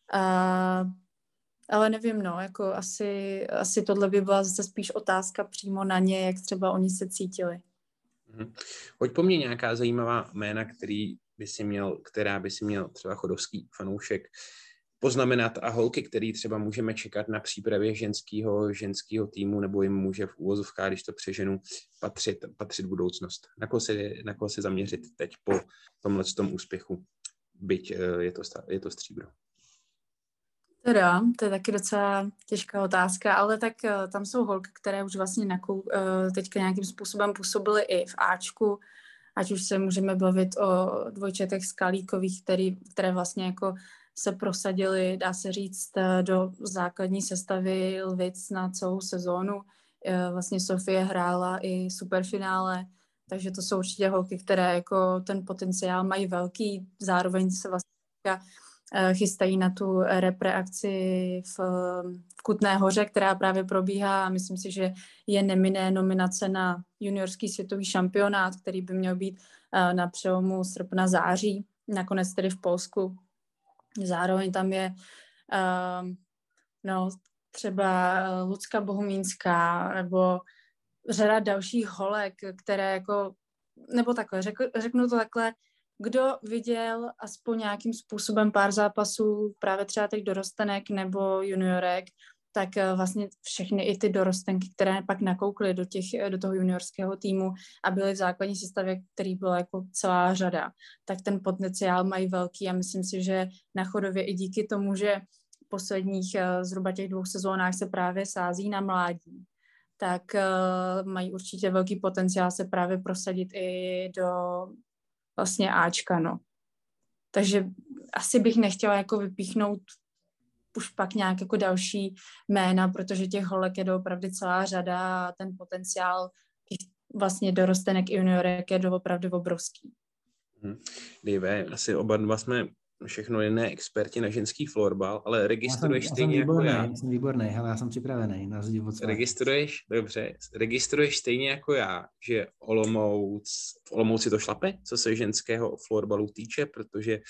ale nevím, no, jako asi tohle by byla zase spíš otázka přímo na ně, jak třeba oni se cítili. Hoď po mně nějaká zajímavá jména, která by si měl třeba chodovský fanoušek poznamenat a holky, který třeba můžeme čekat na přípravě ženského týmu, nebo jim může v úvozovkách, když to přeženu, patřit budoucnost. Na koho se zaměřit teď po tomhletom úspěchu, byť je to stříbro. Teda, to je taky docela těžká otázka, ale tak tam jsou holky, které už vlastně teďka nějakým způsobem působily i v Ačku, ať už se můžeme bavit o dvojčetech Skalíkových, které vlastně jako se prosadily, dá se říct, do základní sestavy Lvic na celou sezónu. Vlastně Sofie hrála i superfinále, takže to jsou určitě holky, které jako ten potenciál mají velký, zároveň se vlastně chystají na tu repreakci v Kutné Hoře, která právě probíhá a myslím si, že je nemine nominace na juniorský světový šampionát, který by měl být na přelomu srpna září, nakonec tedy v Polsku. Zároveň tam je třeba Lucka Bohumínská nebo řada dalších holek, které jako, nebo takhle, řeknu to takhle, kdo viděl aspoň nějakým způsobem pár zápasů právě třeba těch dorostenek nebo juniorek, tak vlastně všechny i ty dorostenky, které pak nakoukly do toho juniorského týmu a byly v základní sestavě, který byl jako celá řada, tak ten potenciál mají velký a myslím si, že na Chodově i díky tomu, že v posledních zhruba těch 2 sezónách se právě sází na mládí, tak mají určitě velký potenciál se právě prosadit i do vlastně Ačka, no. Takže asi bych nechtěla jako vypíchnout už pak nějak jako další jména, protože těch holek je opravdu celá řada a ten potenciál těch vlastně dorostenek i juniorek je opravdu obrovský. Dave, asi oba dva jsme všechno jiné experti na ženský florbal, ale registruješ stejně jako já. Já jsem výborný, ale já jsem připravený na rozdíl od sebe. Registruješ stejně jako já, že v Olomouci to šlape, co se ženského florbalu týče, protože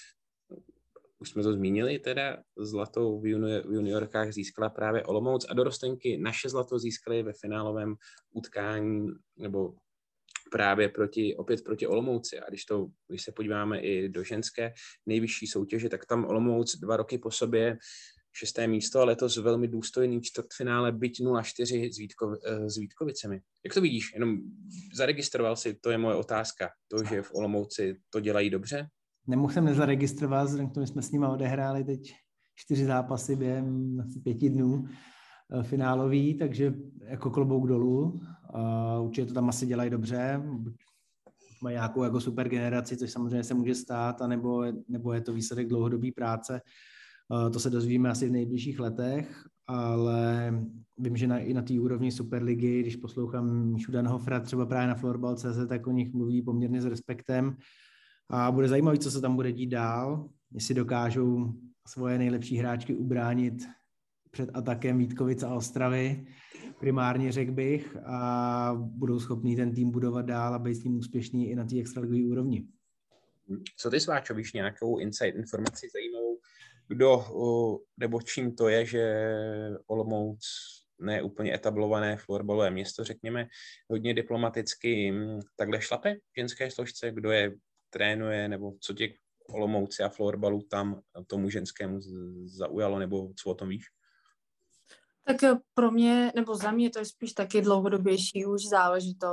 už jsme to zmínili, teda zlatou v juniorkách získala právě Olomouc a dorostenky naše zlato získaly ve finálovém utkání, nebo právě opět proti Olomouci. A když se podíváme i do ženské nejvyšší soutěže, tak tam Olomouc 2 roky po sobě 6. místo a letos velmi důstojný čtvrtfinále, byť 0-4 s Vítkovicemi. Jak to vidíš? Jenom zaregistroval si, to je moje otázka, to, že v Olomouci to dělají dobře? Nemohl jsem nezaregistrovat, vzhledem k tomu, jsme s nimi odehráli teď 4 zápasy během 5 dnů finálový, takže jako klobouk dolů. Určitě to tam asi dělají dobře, mají nějakou jako super generaci, což samozřejmě se může stát, nebo je to výsledek dlouhodobé práce. To se dozvíme asi v nejbližších letech, ale vím, že i na té úrovni Superligy, když poslouchám Míšu Danhofra třeba právě na Florbal.cz, tak o nich mluví poměrně s respektem. A bude zajímavý, co se tam bude dít dál, jestli dokážou svoje nejlepší hráčky ubránit před atakem Vítkovic a Ostravy, primárně řekl bych, a budou schopní ten tým budovat dál a být s ním úspěšný i na té extraligové úrovni. Co ty, Sváčo, víš nějakou insight informaci zajímavou, kdo nebo čím to je, že Olomouc ne úplně etablované florbalové město, řekněme, hodně diplomaticky takhle šlape v ženské složce, kdo je trénuje, nebo co tě Olomouci a florbalu tam tomu ženskému zaujalo, nebo co o tom víš? Tak pro mě, nebo za mě to je spíš taky dlouhodobější už záležitost.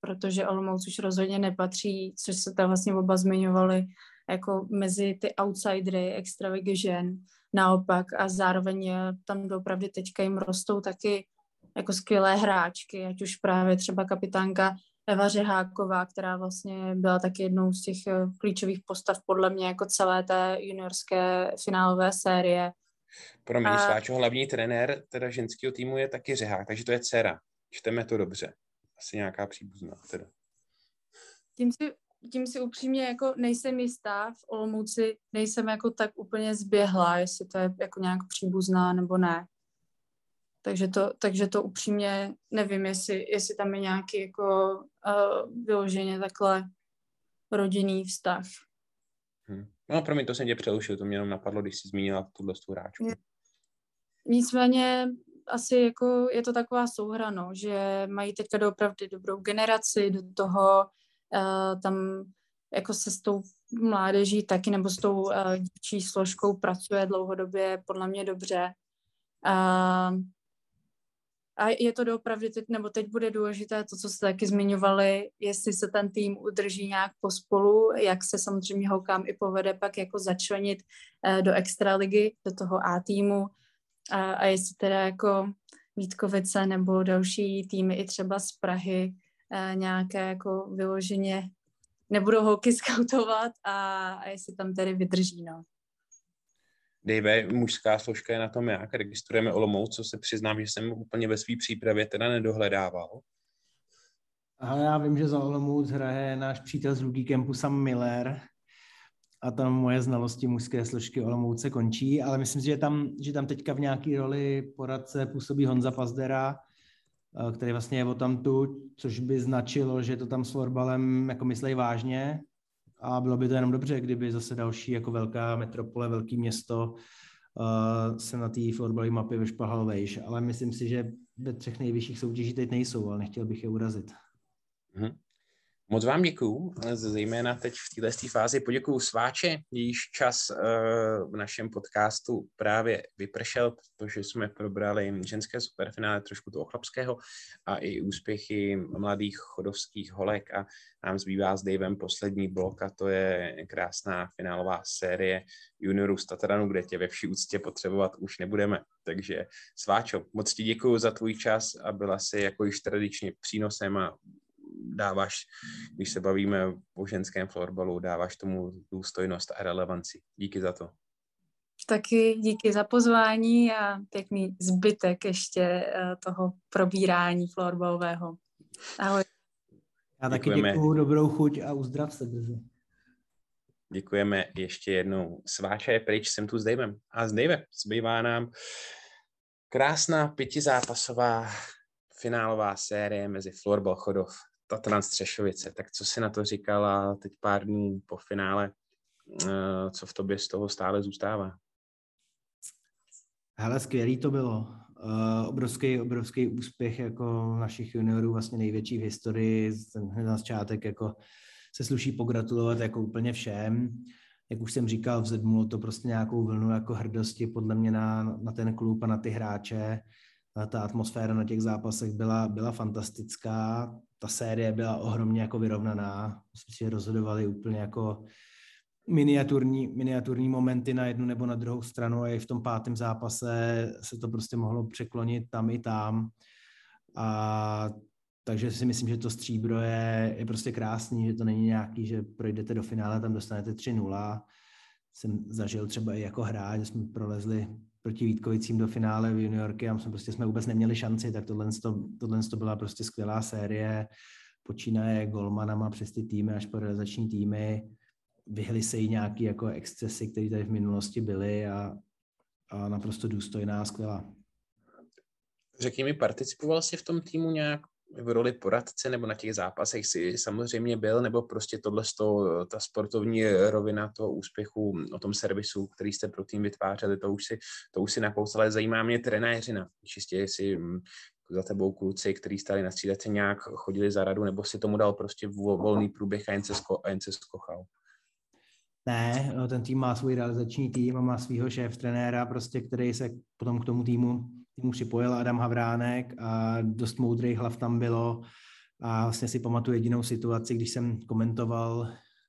protože Olomouc už rozhodně nepatří, což se tam vlastně oba zmiňovali, jako mezi ty outsidery extraligy žen, naopak a zároveň tam opravdu teďka jim rostou taky jako skvělé hráčky, ať už právě třeba kapitánka Eva Řeháková, která vlastně byla taky jednou z těch klíčových postav podle mě jako celé té juniorské finálové série. Pro mě Sváčo, hlavní trenér teda ženského týmu je taky Řehák, takže to je dcera. Čteme to dobře. Asi nějaká příbuzná teda. Tím si upřímně jako nejsem jistá, v Olomouci nejsem jako tak úplně zběhla, jestli to je jako nějak příbuzná nebo ne. Takže to upřímně nevím, jestli tam je nějaký jako vyloženě takhle rodinný vztah. No, promiň, to jsem tě přerušil, to mě jenom napadlo, když jsi zmínila tuhle hráčku. Nicméně asi jako je to taková souhra, no, že mají teďka doopravdy dobrou generaci, do toho tam jako se s tou mládeží taky nebo s tou dívčí složkou pracuje dlouhodobě podle mě dobře. A je to doopravdy teď bude důležité to, co jste taky zmiňovali, jestli se ten tým udrží nějak pospolu, jak se samozřejmě holkám i povede pak jako začlenit do extraligy, do toho A týmu a jestli teda jako Vítkovice nebo další týmy i třeba z Prahy nějaké jako vyloženě nebudou holky skautovat a jestli tam tedy vydrží, no. Dave, mužská složka je na tom jak? Registrujeme Olomouc, co se přiznám, že jsem úplně ve své přípravě teda nedohledával. Aha, já vím, že za Olomouc hraje náš přítel z Rookie Campu Sam Miller a tam moje znalosti mužské složky Olomouce končí, ale myslím si, že tam teďka v nějaké roli poradce působí Honza Pazdera, který vlastně je odtamtud, což by značilo, že to tam s florbalem jako myslej vážně. A bylo by to jenom dobře, kdyby zase další jako velká metropole, velké město se na té florbalové mapě vyšplhalo vejš. Ale myslím si, že ve 3 nejvyšších soutěží teď nejsou, ale nechtěl bych je urazit. Moc vám děkuju, zejména teď v této fázi poděkuju Sváče, jejíž čas v našem podcastu právě vypršel, protože jsme probrali ženské superfinále, trošku toho chlapského a i úspěchy mladých chodovských holek a nám zbývá s Davem poslední blok a to je krásná finálová série juniorů z Tatranu, kde tě ve vší úctě potřebovat už nebudeme. Takže Sváčo, moc ti děkuju za tvůj čas a byla si jako již tradičně přínosem a dáváš, když se bavíme o ženském florbalu, dáváš tomu důstojnost a relevanci. Díky za to. Taky díky za pozvání a pěkný zbytek ještě toho probírání florbalového. Ahoj. Já taky děkuju, dobrou chuť a uzdrav se brzy. Děkujeme ještě jednou. Sváča je pryč, jsem tu s Davem. A s Davem zbývá nám krásná 5zápasová finálová série mezi Florbal Chodov Tatran Střešovice. Tak co jsi na to říkala teď pár dní po finále? Co v tobě z toho stále zůstává? Hele, skvělý to bylo. Obrovský úspěch jako našich juniorů, vlastně největší v historii. Ten na začátek jako se sluší pogratulovat jako úplně všem. Jak už jsem říkal, vzedmulo to prostě nějakou vlnu jako hrdosti podle mě na ten klub a na ty hráče. Ta atmosféra na těch zápasech byla fantastická. Ta série byla ohromně jako vyrovnaná. Myslím si, že rozhodovali úplně jako miniaturní momenty na jednu nebo na druhou stranu a i v tom 5. zápase se to prostě mohlo překlonit tam i tam. A takže si myslím, že to stříbro je prostě krásný, že to není nějaký, že projdete do finále, tam dostanete 3-0. Jsem zažil třeba i jako hráč, že jsme prolezli proti Vítkovicím do finále v juniorky a jsme vůbec neměli šanci, tak tohle byla prostě skvělá série. Počínaje golmanama přes ty týmy až po realizační týmy. Vyhly se jí nějaký jako excesy, které tady v minulosti byly a naprosto důstojná, skvělá. Řekni mi, participoval jsi v tom týmu nějak v roli poradce nebo na těch zápasech si samozřejmě byl, nebo prostě ta sportovní rovina toho úspěchu o tom servisu, který jste pro tým vytvářeli, to už si nakous, ale zajímá mě trenéřina. Čistě jestli za tebou kluci, kteří stáli na střídačce, nějak chodili za radu, nebo si tomu dal prostě volný průběh a jen se skochal. Ne, ten tým má svůj realizační tým a má svýho šéf-trenéra, prostě, který se potom k tomu týmu připojil, Adam Havránek, a dost moudrých hlav tam bylo. A vlastně si pamatuju jedinou situaci, když jsem komentoval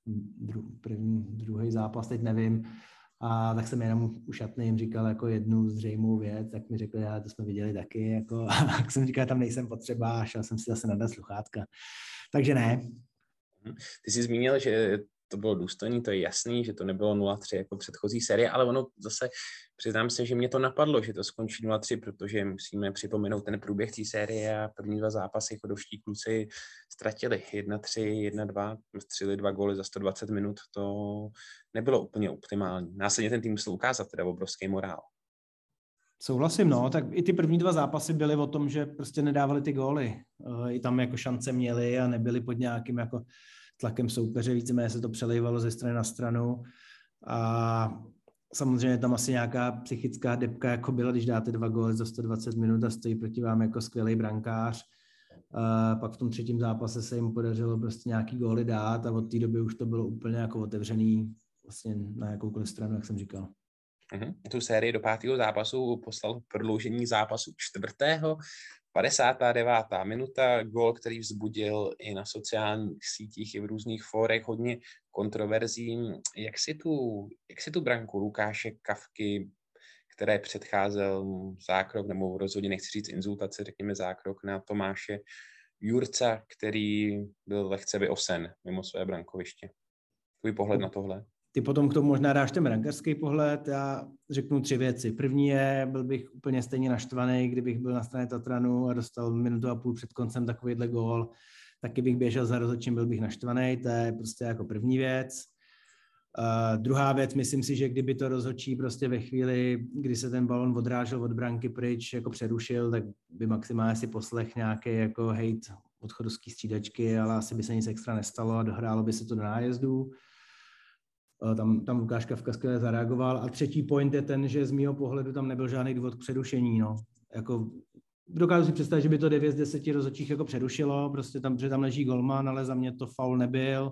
druhý zápas, teď nevím, a tak jsem jenom u šatny jim říkal jako jednu zřejmou věc, tak mi řekli, to jsme viděli taky, jako, a tak jsem říkal, tam nejsem potřeba, a šel jsem si zase nadat sluchátka. Takže ne. Ty jsi zmínil, že to bylo důstojný, to je jasný, že to nebylo 0-3 jako předchozí série, ale ono zase, přiznám se, že mě to napadlo, že to skončí 0-3, protože musíme připomenout ten průběh té série a první 2 zápasy chodovští kluci ztratili 1-3, 1-2, střelili 2 góly za 120 minut, to nebylo úplně optimální. Následně ten tým musel ukázat teda obrovský morál. Souhlasím, no, tak i ty první 2 zápasy byly o tom, že prostě nedávali ty góly. I tam jako šance měli a nebyli pod nějakým jako tlakem soupeře, víceméně se to přelejvalo ze strany na stranu a samozřejmě tam asi nějaká psychická depka jako byla, když dáte 2 góly za 120 minut a stojí proti vám jako skvělý brankář. Pak v tom 3. zápase se jim podařilo prostě nějaký góly dát a od té doby už to bylo úplně jako otevřený vlastně na jakoukoliv stranu, jak jsem říkal. Tu sérii do 5. zápasu poslal prodloužení zápasu 4. 59. minuta, gól, který vzbudil i na sociálních sítích, i v různých fórech hodně kontroverzí. Jak si tu branku Lukáše Kafky, které předcházel zákrok, nebo rozhodně nechci říct inzultace, řekněme zákrok na Tomáše Jurca, který byl lehce vyosen mimo své brankoviště. Tvůj pohled na tohle? Ty potom k tomu možná dáš ten brankářský pohled. Já řeknu 3 věci. První je, byl bych úplně stejně naštvaný, kdybych byl na straně Tatranu a dostal 1,5 minuty před koncem takovýhle gól. Taky bych běžel za rozhodčím, byl bych naštvaný. To je prostě jako první věc. Druhá věc, myslím si, že kdyby to rozhodčí prostě ve chvíli, kdy se ten balon odrážel od branky pryč, jako přerušil, tak by maximálně si poslech nějaký jako hejt od chodovský střídačky, ale asi by se nic extra nestalo a dohrálo by se to do nájezdů. Tam Lukáš Kafka skvěle zareagoval. A třetí point je ten, že z mýho pohledu tam nebyl žádný důvod k přerušení. No. Jako, dokážu si představit, že by to 9 z 10 rozhodčích jako přerušilo, prostě tam, že tam leží golman, ale za mě to faul nebyl.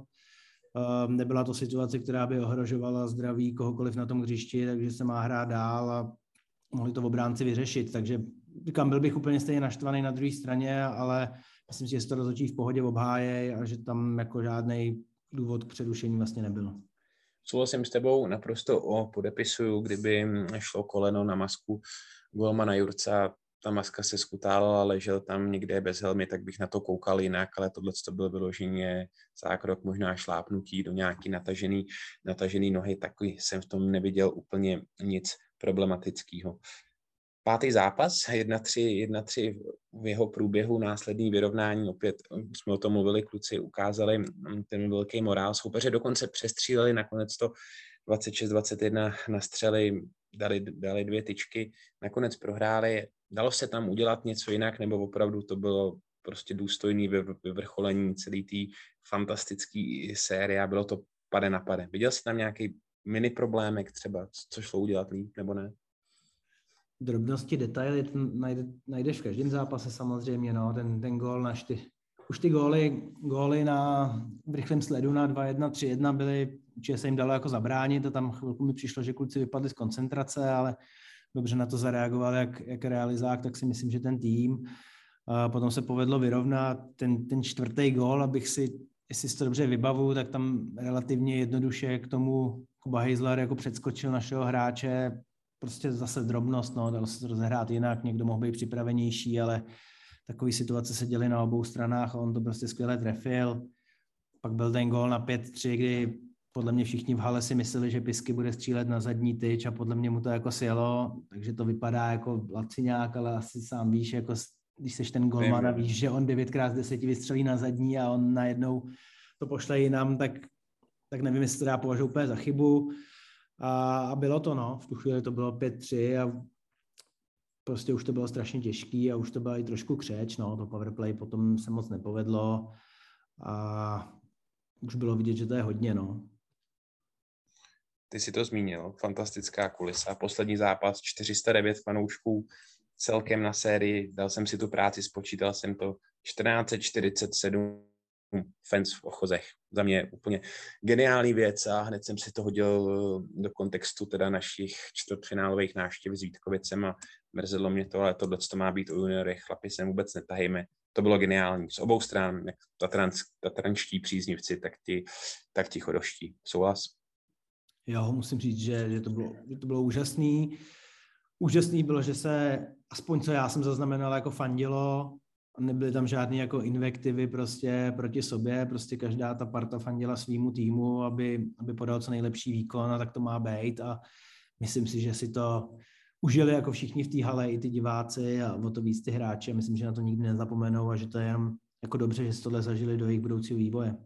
Nebyla to situace, která by ohrožovala zdraví kohokoliv na tom hřišti, takže se má hrát dál a mohli to obránci vyřešit. Takže říkám, byl bych úplně stejně naštvaný na druhé straně, ale myslím si, že se to rozhodčí v pohodě obhájejí a že tam jako žádný důvod k přerušení vlastně nebyl. Souhlasím s tebou, naprosto podepisuju, kdyby šlo koleno na masku golmana Jurca, ta maska se skutála a ležel tam někde bez helmy, tak bych na to koukal jinak, ale tohle to byl vyloženě zákrok, možná šlápnutí do nějaký natažený nohy, taky jsem v tom neviděl úplně nic problematického. 5. zápas, 1-3 v jeho průběhu, následný vyrovnání, opět jsme o tom mluvili, kluci ukázali ten velký morál, soupeře dokonce přestříleli, nakonec to 26-21 na střely, dali 2 tyčky, nakonec prohráli. Dalo se tam udělat něco jinak, nebo opravdu to bylo prostě důstojný vyvrcholení celé té fantastické série a bylo to pade na pade. Viděl jsi tam nějaký mini problémek třeba, co šlo udělat líp, nebo ne? Drobnosti, detaily najdeš v každém zápase samozřejmě, no, ten gól už ty góly v rychlém sledu na 2-1, 3-1 byly, určitě se jim dalo jako zabránit a tam chvilku mi přišlo, že kluci vypadli z koncentrace, ale dobře na to zareagoval jak realizák, tak si myslím, že ten tým. Potom se povedlo vyrovnat ten 4. gól, abych si, jestli si to dobře vybavu, tak tam relativně jednoduše k tomu Kuba Hejzler jako předskočil našeho hráče, prostě zase drobnost, no, dalo se to rozehrát jinak, někdo mohl být připravenější, ale takové situace se děly na obou stranách a on to prostě skvěle trefil. Pak byl ten gól na 5-3, kdy podle mě všichni v hale si mysleli, že Pisky bude střílet na zadní tyč a podle mě mu to jako sjelo, takže to vypadá jako laciňák, ale asi sám víš, jako když seš ten golman a víš, že on 9x z 10 vystřelí na zadní a on najednou to pošle jinam, tak nevím, jestli to dá považovat úplně za chybu. A bylo to, no, v tu chvíli to bylo 5-3 a prostě už to bylo strašně těžký a už to byla i trošku křeč, no, to powerplay potom se moc nepovedlo a už bylo vidět, že to je hodně, no. Ty si to zmínil, fantastická kulisa, poslední zápas, 409 fanoušků celkem na sérii, dal jsem si tu práci, spočítal jsem to, 1447 fans v Ochozech. Za mě úplně geniální věc a hned jsem si to hodil do kontextu teda našich čtvrtfinálových návštěv s Vítkovicem a mrzelo mě to, ale tohle to má být u juniorech, chlapi sem vůbec netahejme. to bylo geniální. Z obou stran, jak tatranští příznivci, tak ti chodovští. Souhlas? Jo, musím říct, že to bylo úžasný. Úžasný bylo, že se, aspoň co já jsem zaznamenal, jako fandilo, nebyly tam žádné jako invektivy prostě proti sobě, prostě každá ta parta fandila svýmu týmu, aby podal co nejlepší výkon, a tak to má být, a myslím si, že si to užili jako všichni v té hale, i ty diváci, a o to víc ty hráči, a myslím, že na to nikdy nezapomenou a že to je jenom jako dobře, že si tohle zažili do jejich budoucího vývoje.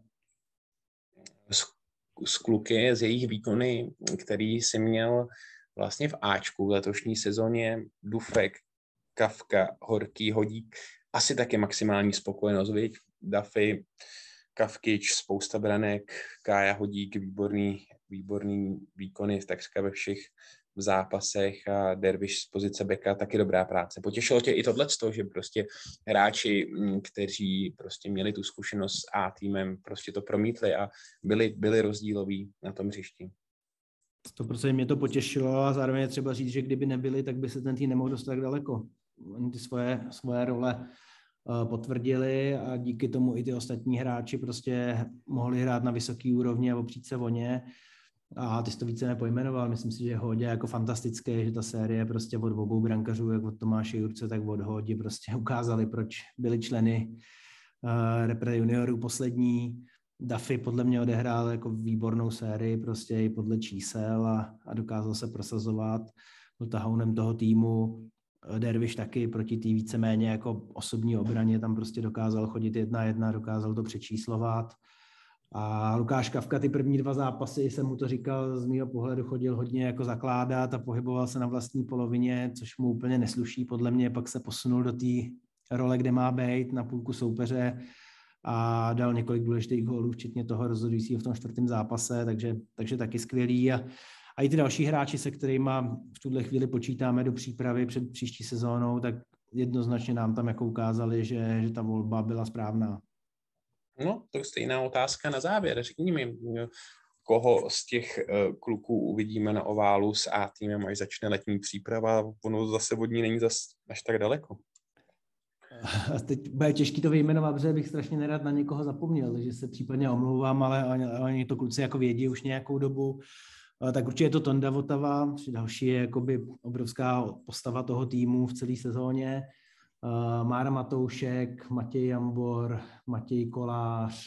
Z kluky, z jejich výkony, který si měl vlastně v Ačku v letošní sezóně, Dufek, Kafka, Horký, Hodík, asi taky maximální spokojenost, viď? Duffy, Kavkič, spousta branek, Kája, Hodík, výborný výkony takřka ve všech zápasech, a Derviš z pozice beka, taky dobrá práce. Potěšilo tě i tohleto, že prostě hráči, kteří prostě měli tu zkušenost s A týmem, prostě to promítli a byli rozdíloví na tom hřišti? 100% mě to potěšilo, a zároveň je třeba říct, že kdyby nebyli, tak by se ten tým nemohl dostat tak daleko. Oni ty svoje role potvrdili a díky tomu i ty ostatní hráči prostě mohli hrát na vysoký úrovni a opřít se o ně. A ty jsi to více nepojmenoval. Myslím si, že Hodě jako fantastické, že ta série prostě od obou brankařů, jak od Tomáše Jurce, tak od Hodi prostě ukázali, proč byli členy repre juniorů poslední. Duffy podle mě odehrál jako výbornou sérii, prostě i podle čísel, a dokázal se prosazovat. Byl tahounem toho týmu. Derviš taky proti té víceméně jako osobní obraně tam prostě dokázal chodit 1-1, dokázal to přečíslovat. A Lukáš Kafka ty první 2 zápasy, jsem mu to říkal, z mýho pohledu chodil hodně jako zakládat a pohyboval se na vlastní polovině, což mu úplně nesluší podle mě. Pak se posunul do té role, kde má být, na půlku soupeře, a dal několik důležitých gólů, včetně toho rozhodujícího v tom 4. zápase, takže taky skvělý. A i ty další hráči, se kterými v tuhle chvíli počítáme do přípravy před příští sezónou, tak jednoznačně nám tam jako ukázali, že ta volba byla správná. No, to je stejná otázka na závěr. Řekni mi, koho z těch kluků uvidíme na oválu s A týmem, až začne letní příprava. Ono zase od ní není až tak daleko. Teď bude těžký to vyjmenovat, protože bych strašně nerad na někoho zapomněl, takže se případně omlouvám, ale oni to kluci jako vědí už nějakou dobu. Tak určitě je to Tonda Votava, další je jakoby obrovská postava toho týmu v celé sezóně. Mára Matoušek, Matěj Jambor, Matěj Kolář,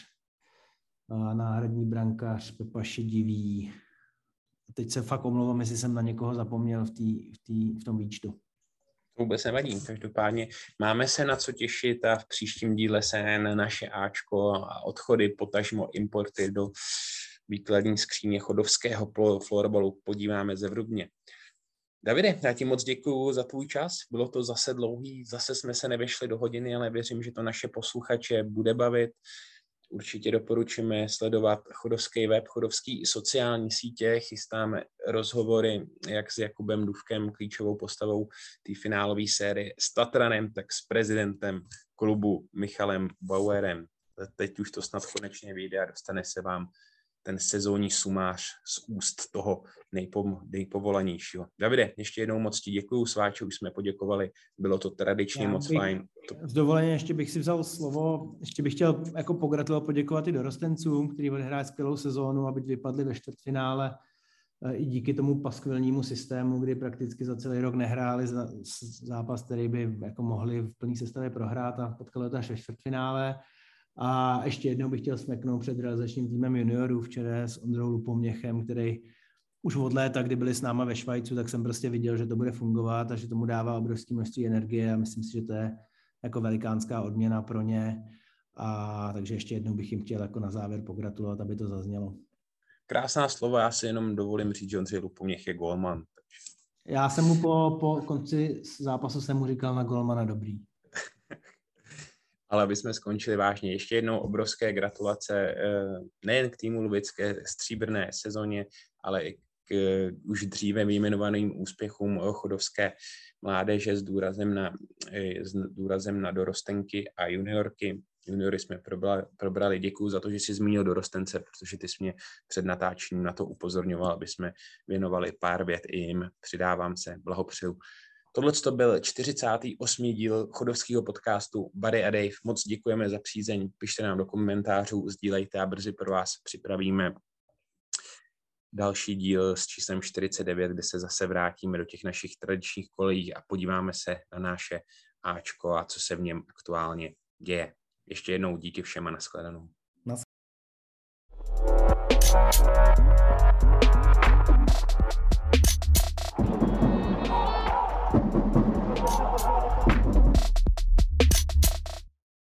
náhradní brankář Pepa Šedivý. Teď se fakt omlouvám, jestli jsem na někoho zapomněl v tom výčtu. To vůbec nevadí. Každopádně máme se na co těšit a v příštím díle se na naše Ačko a odchody, potažmo importy do výkladní skříně chodovského florbalu podíváme zevrubně. Davide, já ti moc děkuju za tvůj čas. Bylo to zase dlouhý, zase jsme se nevešli do hodiny, ale věřím, že to naše posluchače bude bavit. Určitě doporučujeme sledovat chodovský web, chodovský sociální sítě. Chystáme rozhovory jak s Jakubem Dufkem, klíčovou postavou té finálové série, s Tatranem, tak s prezidentem klubu Michalem Bauerem. Teď už to snad konečně vyjde a dostane se vám ten sezónní sumář z úst toho nejpovolanějšího. Davide, ještě jednou moc ti děkuju, Sváče, už jsme poděkovali, bylo to tradičně moc fajn. S dovolením ještě bych si vzal slovo, ještě bych chtěl jako pogratulovat, poděkovat i dorostencům, kteří odehráli skvělou sezónu, aby vypadli ve čtvrtfinále i díky tomu paskvilnímu systému, kdy prakticky za celý rok nehráli zápas, který by jako mohli v plný sestavě prohrát, a potkali to až ve čtvrtfinále. A ještě jednou bych chtěl smeknout před realizačním týmem juniorů včera s Ondrou Lupoměchem, který už od léta, kdy byli s náma ve Švajcu, tak jsem prostě viděl, že to bude fungovat a že tomu dává obrovské množství energie, a myslím si, že to je jako velikánská odměna pro ně. A takže ještě jednou bych jim chtěl jako na závěr pogratulovat, aby to zaznělo. Krásná slova, já si jenom dovolím říct, že Ondřej Lupoměch je golman. Já jsem mu po konci zápasu jsem mu říkal na golmana dobrý. Ale aby jsme skončili vážně, ještě jednou obrovské gratulace nejen k týmu Lubické stříbrné sezóně, ale i k už dříve vyjmenovaným úspěchům chodovské mládeže s důrazem na dorostenky a juniorky. Juniory jsme probrali. Děkuju za to, že jsi zmínil dorostence, protože ty jsi mě před natáčením na to upozorňoval, aby jsme věnovali pár vět i jim. Přidávám se, blahopřeju Tohle to byl 48. díl chodovského podcastu Barry a Dave. Moc děkujeme za přízeň, pište nám do komentářů, sdílejte a brzy pro vás připravíme další díl s číslem 49, kde se zase vrátíme do těch našich tradičních kolejí a podíváme se na naše Ačko a co se v něm aktuálně děje. Ještě jednou díky všem a nashledanou.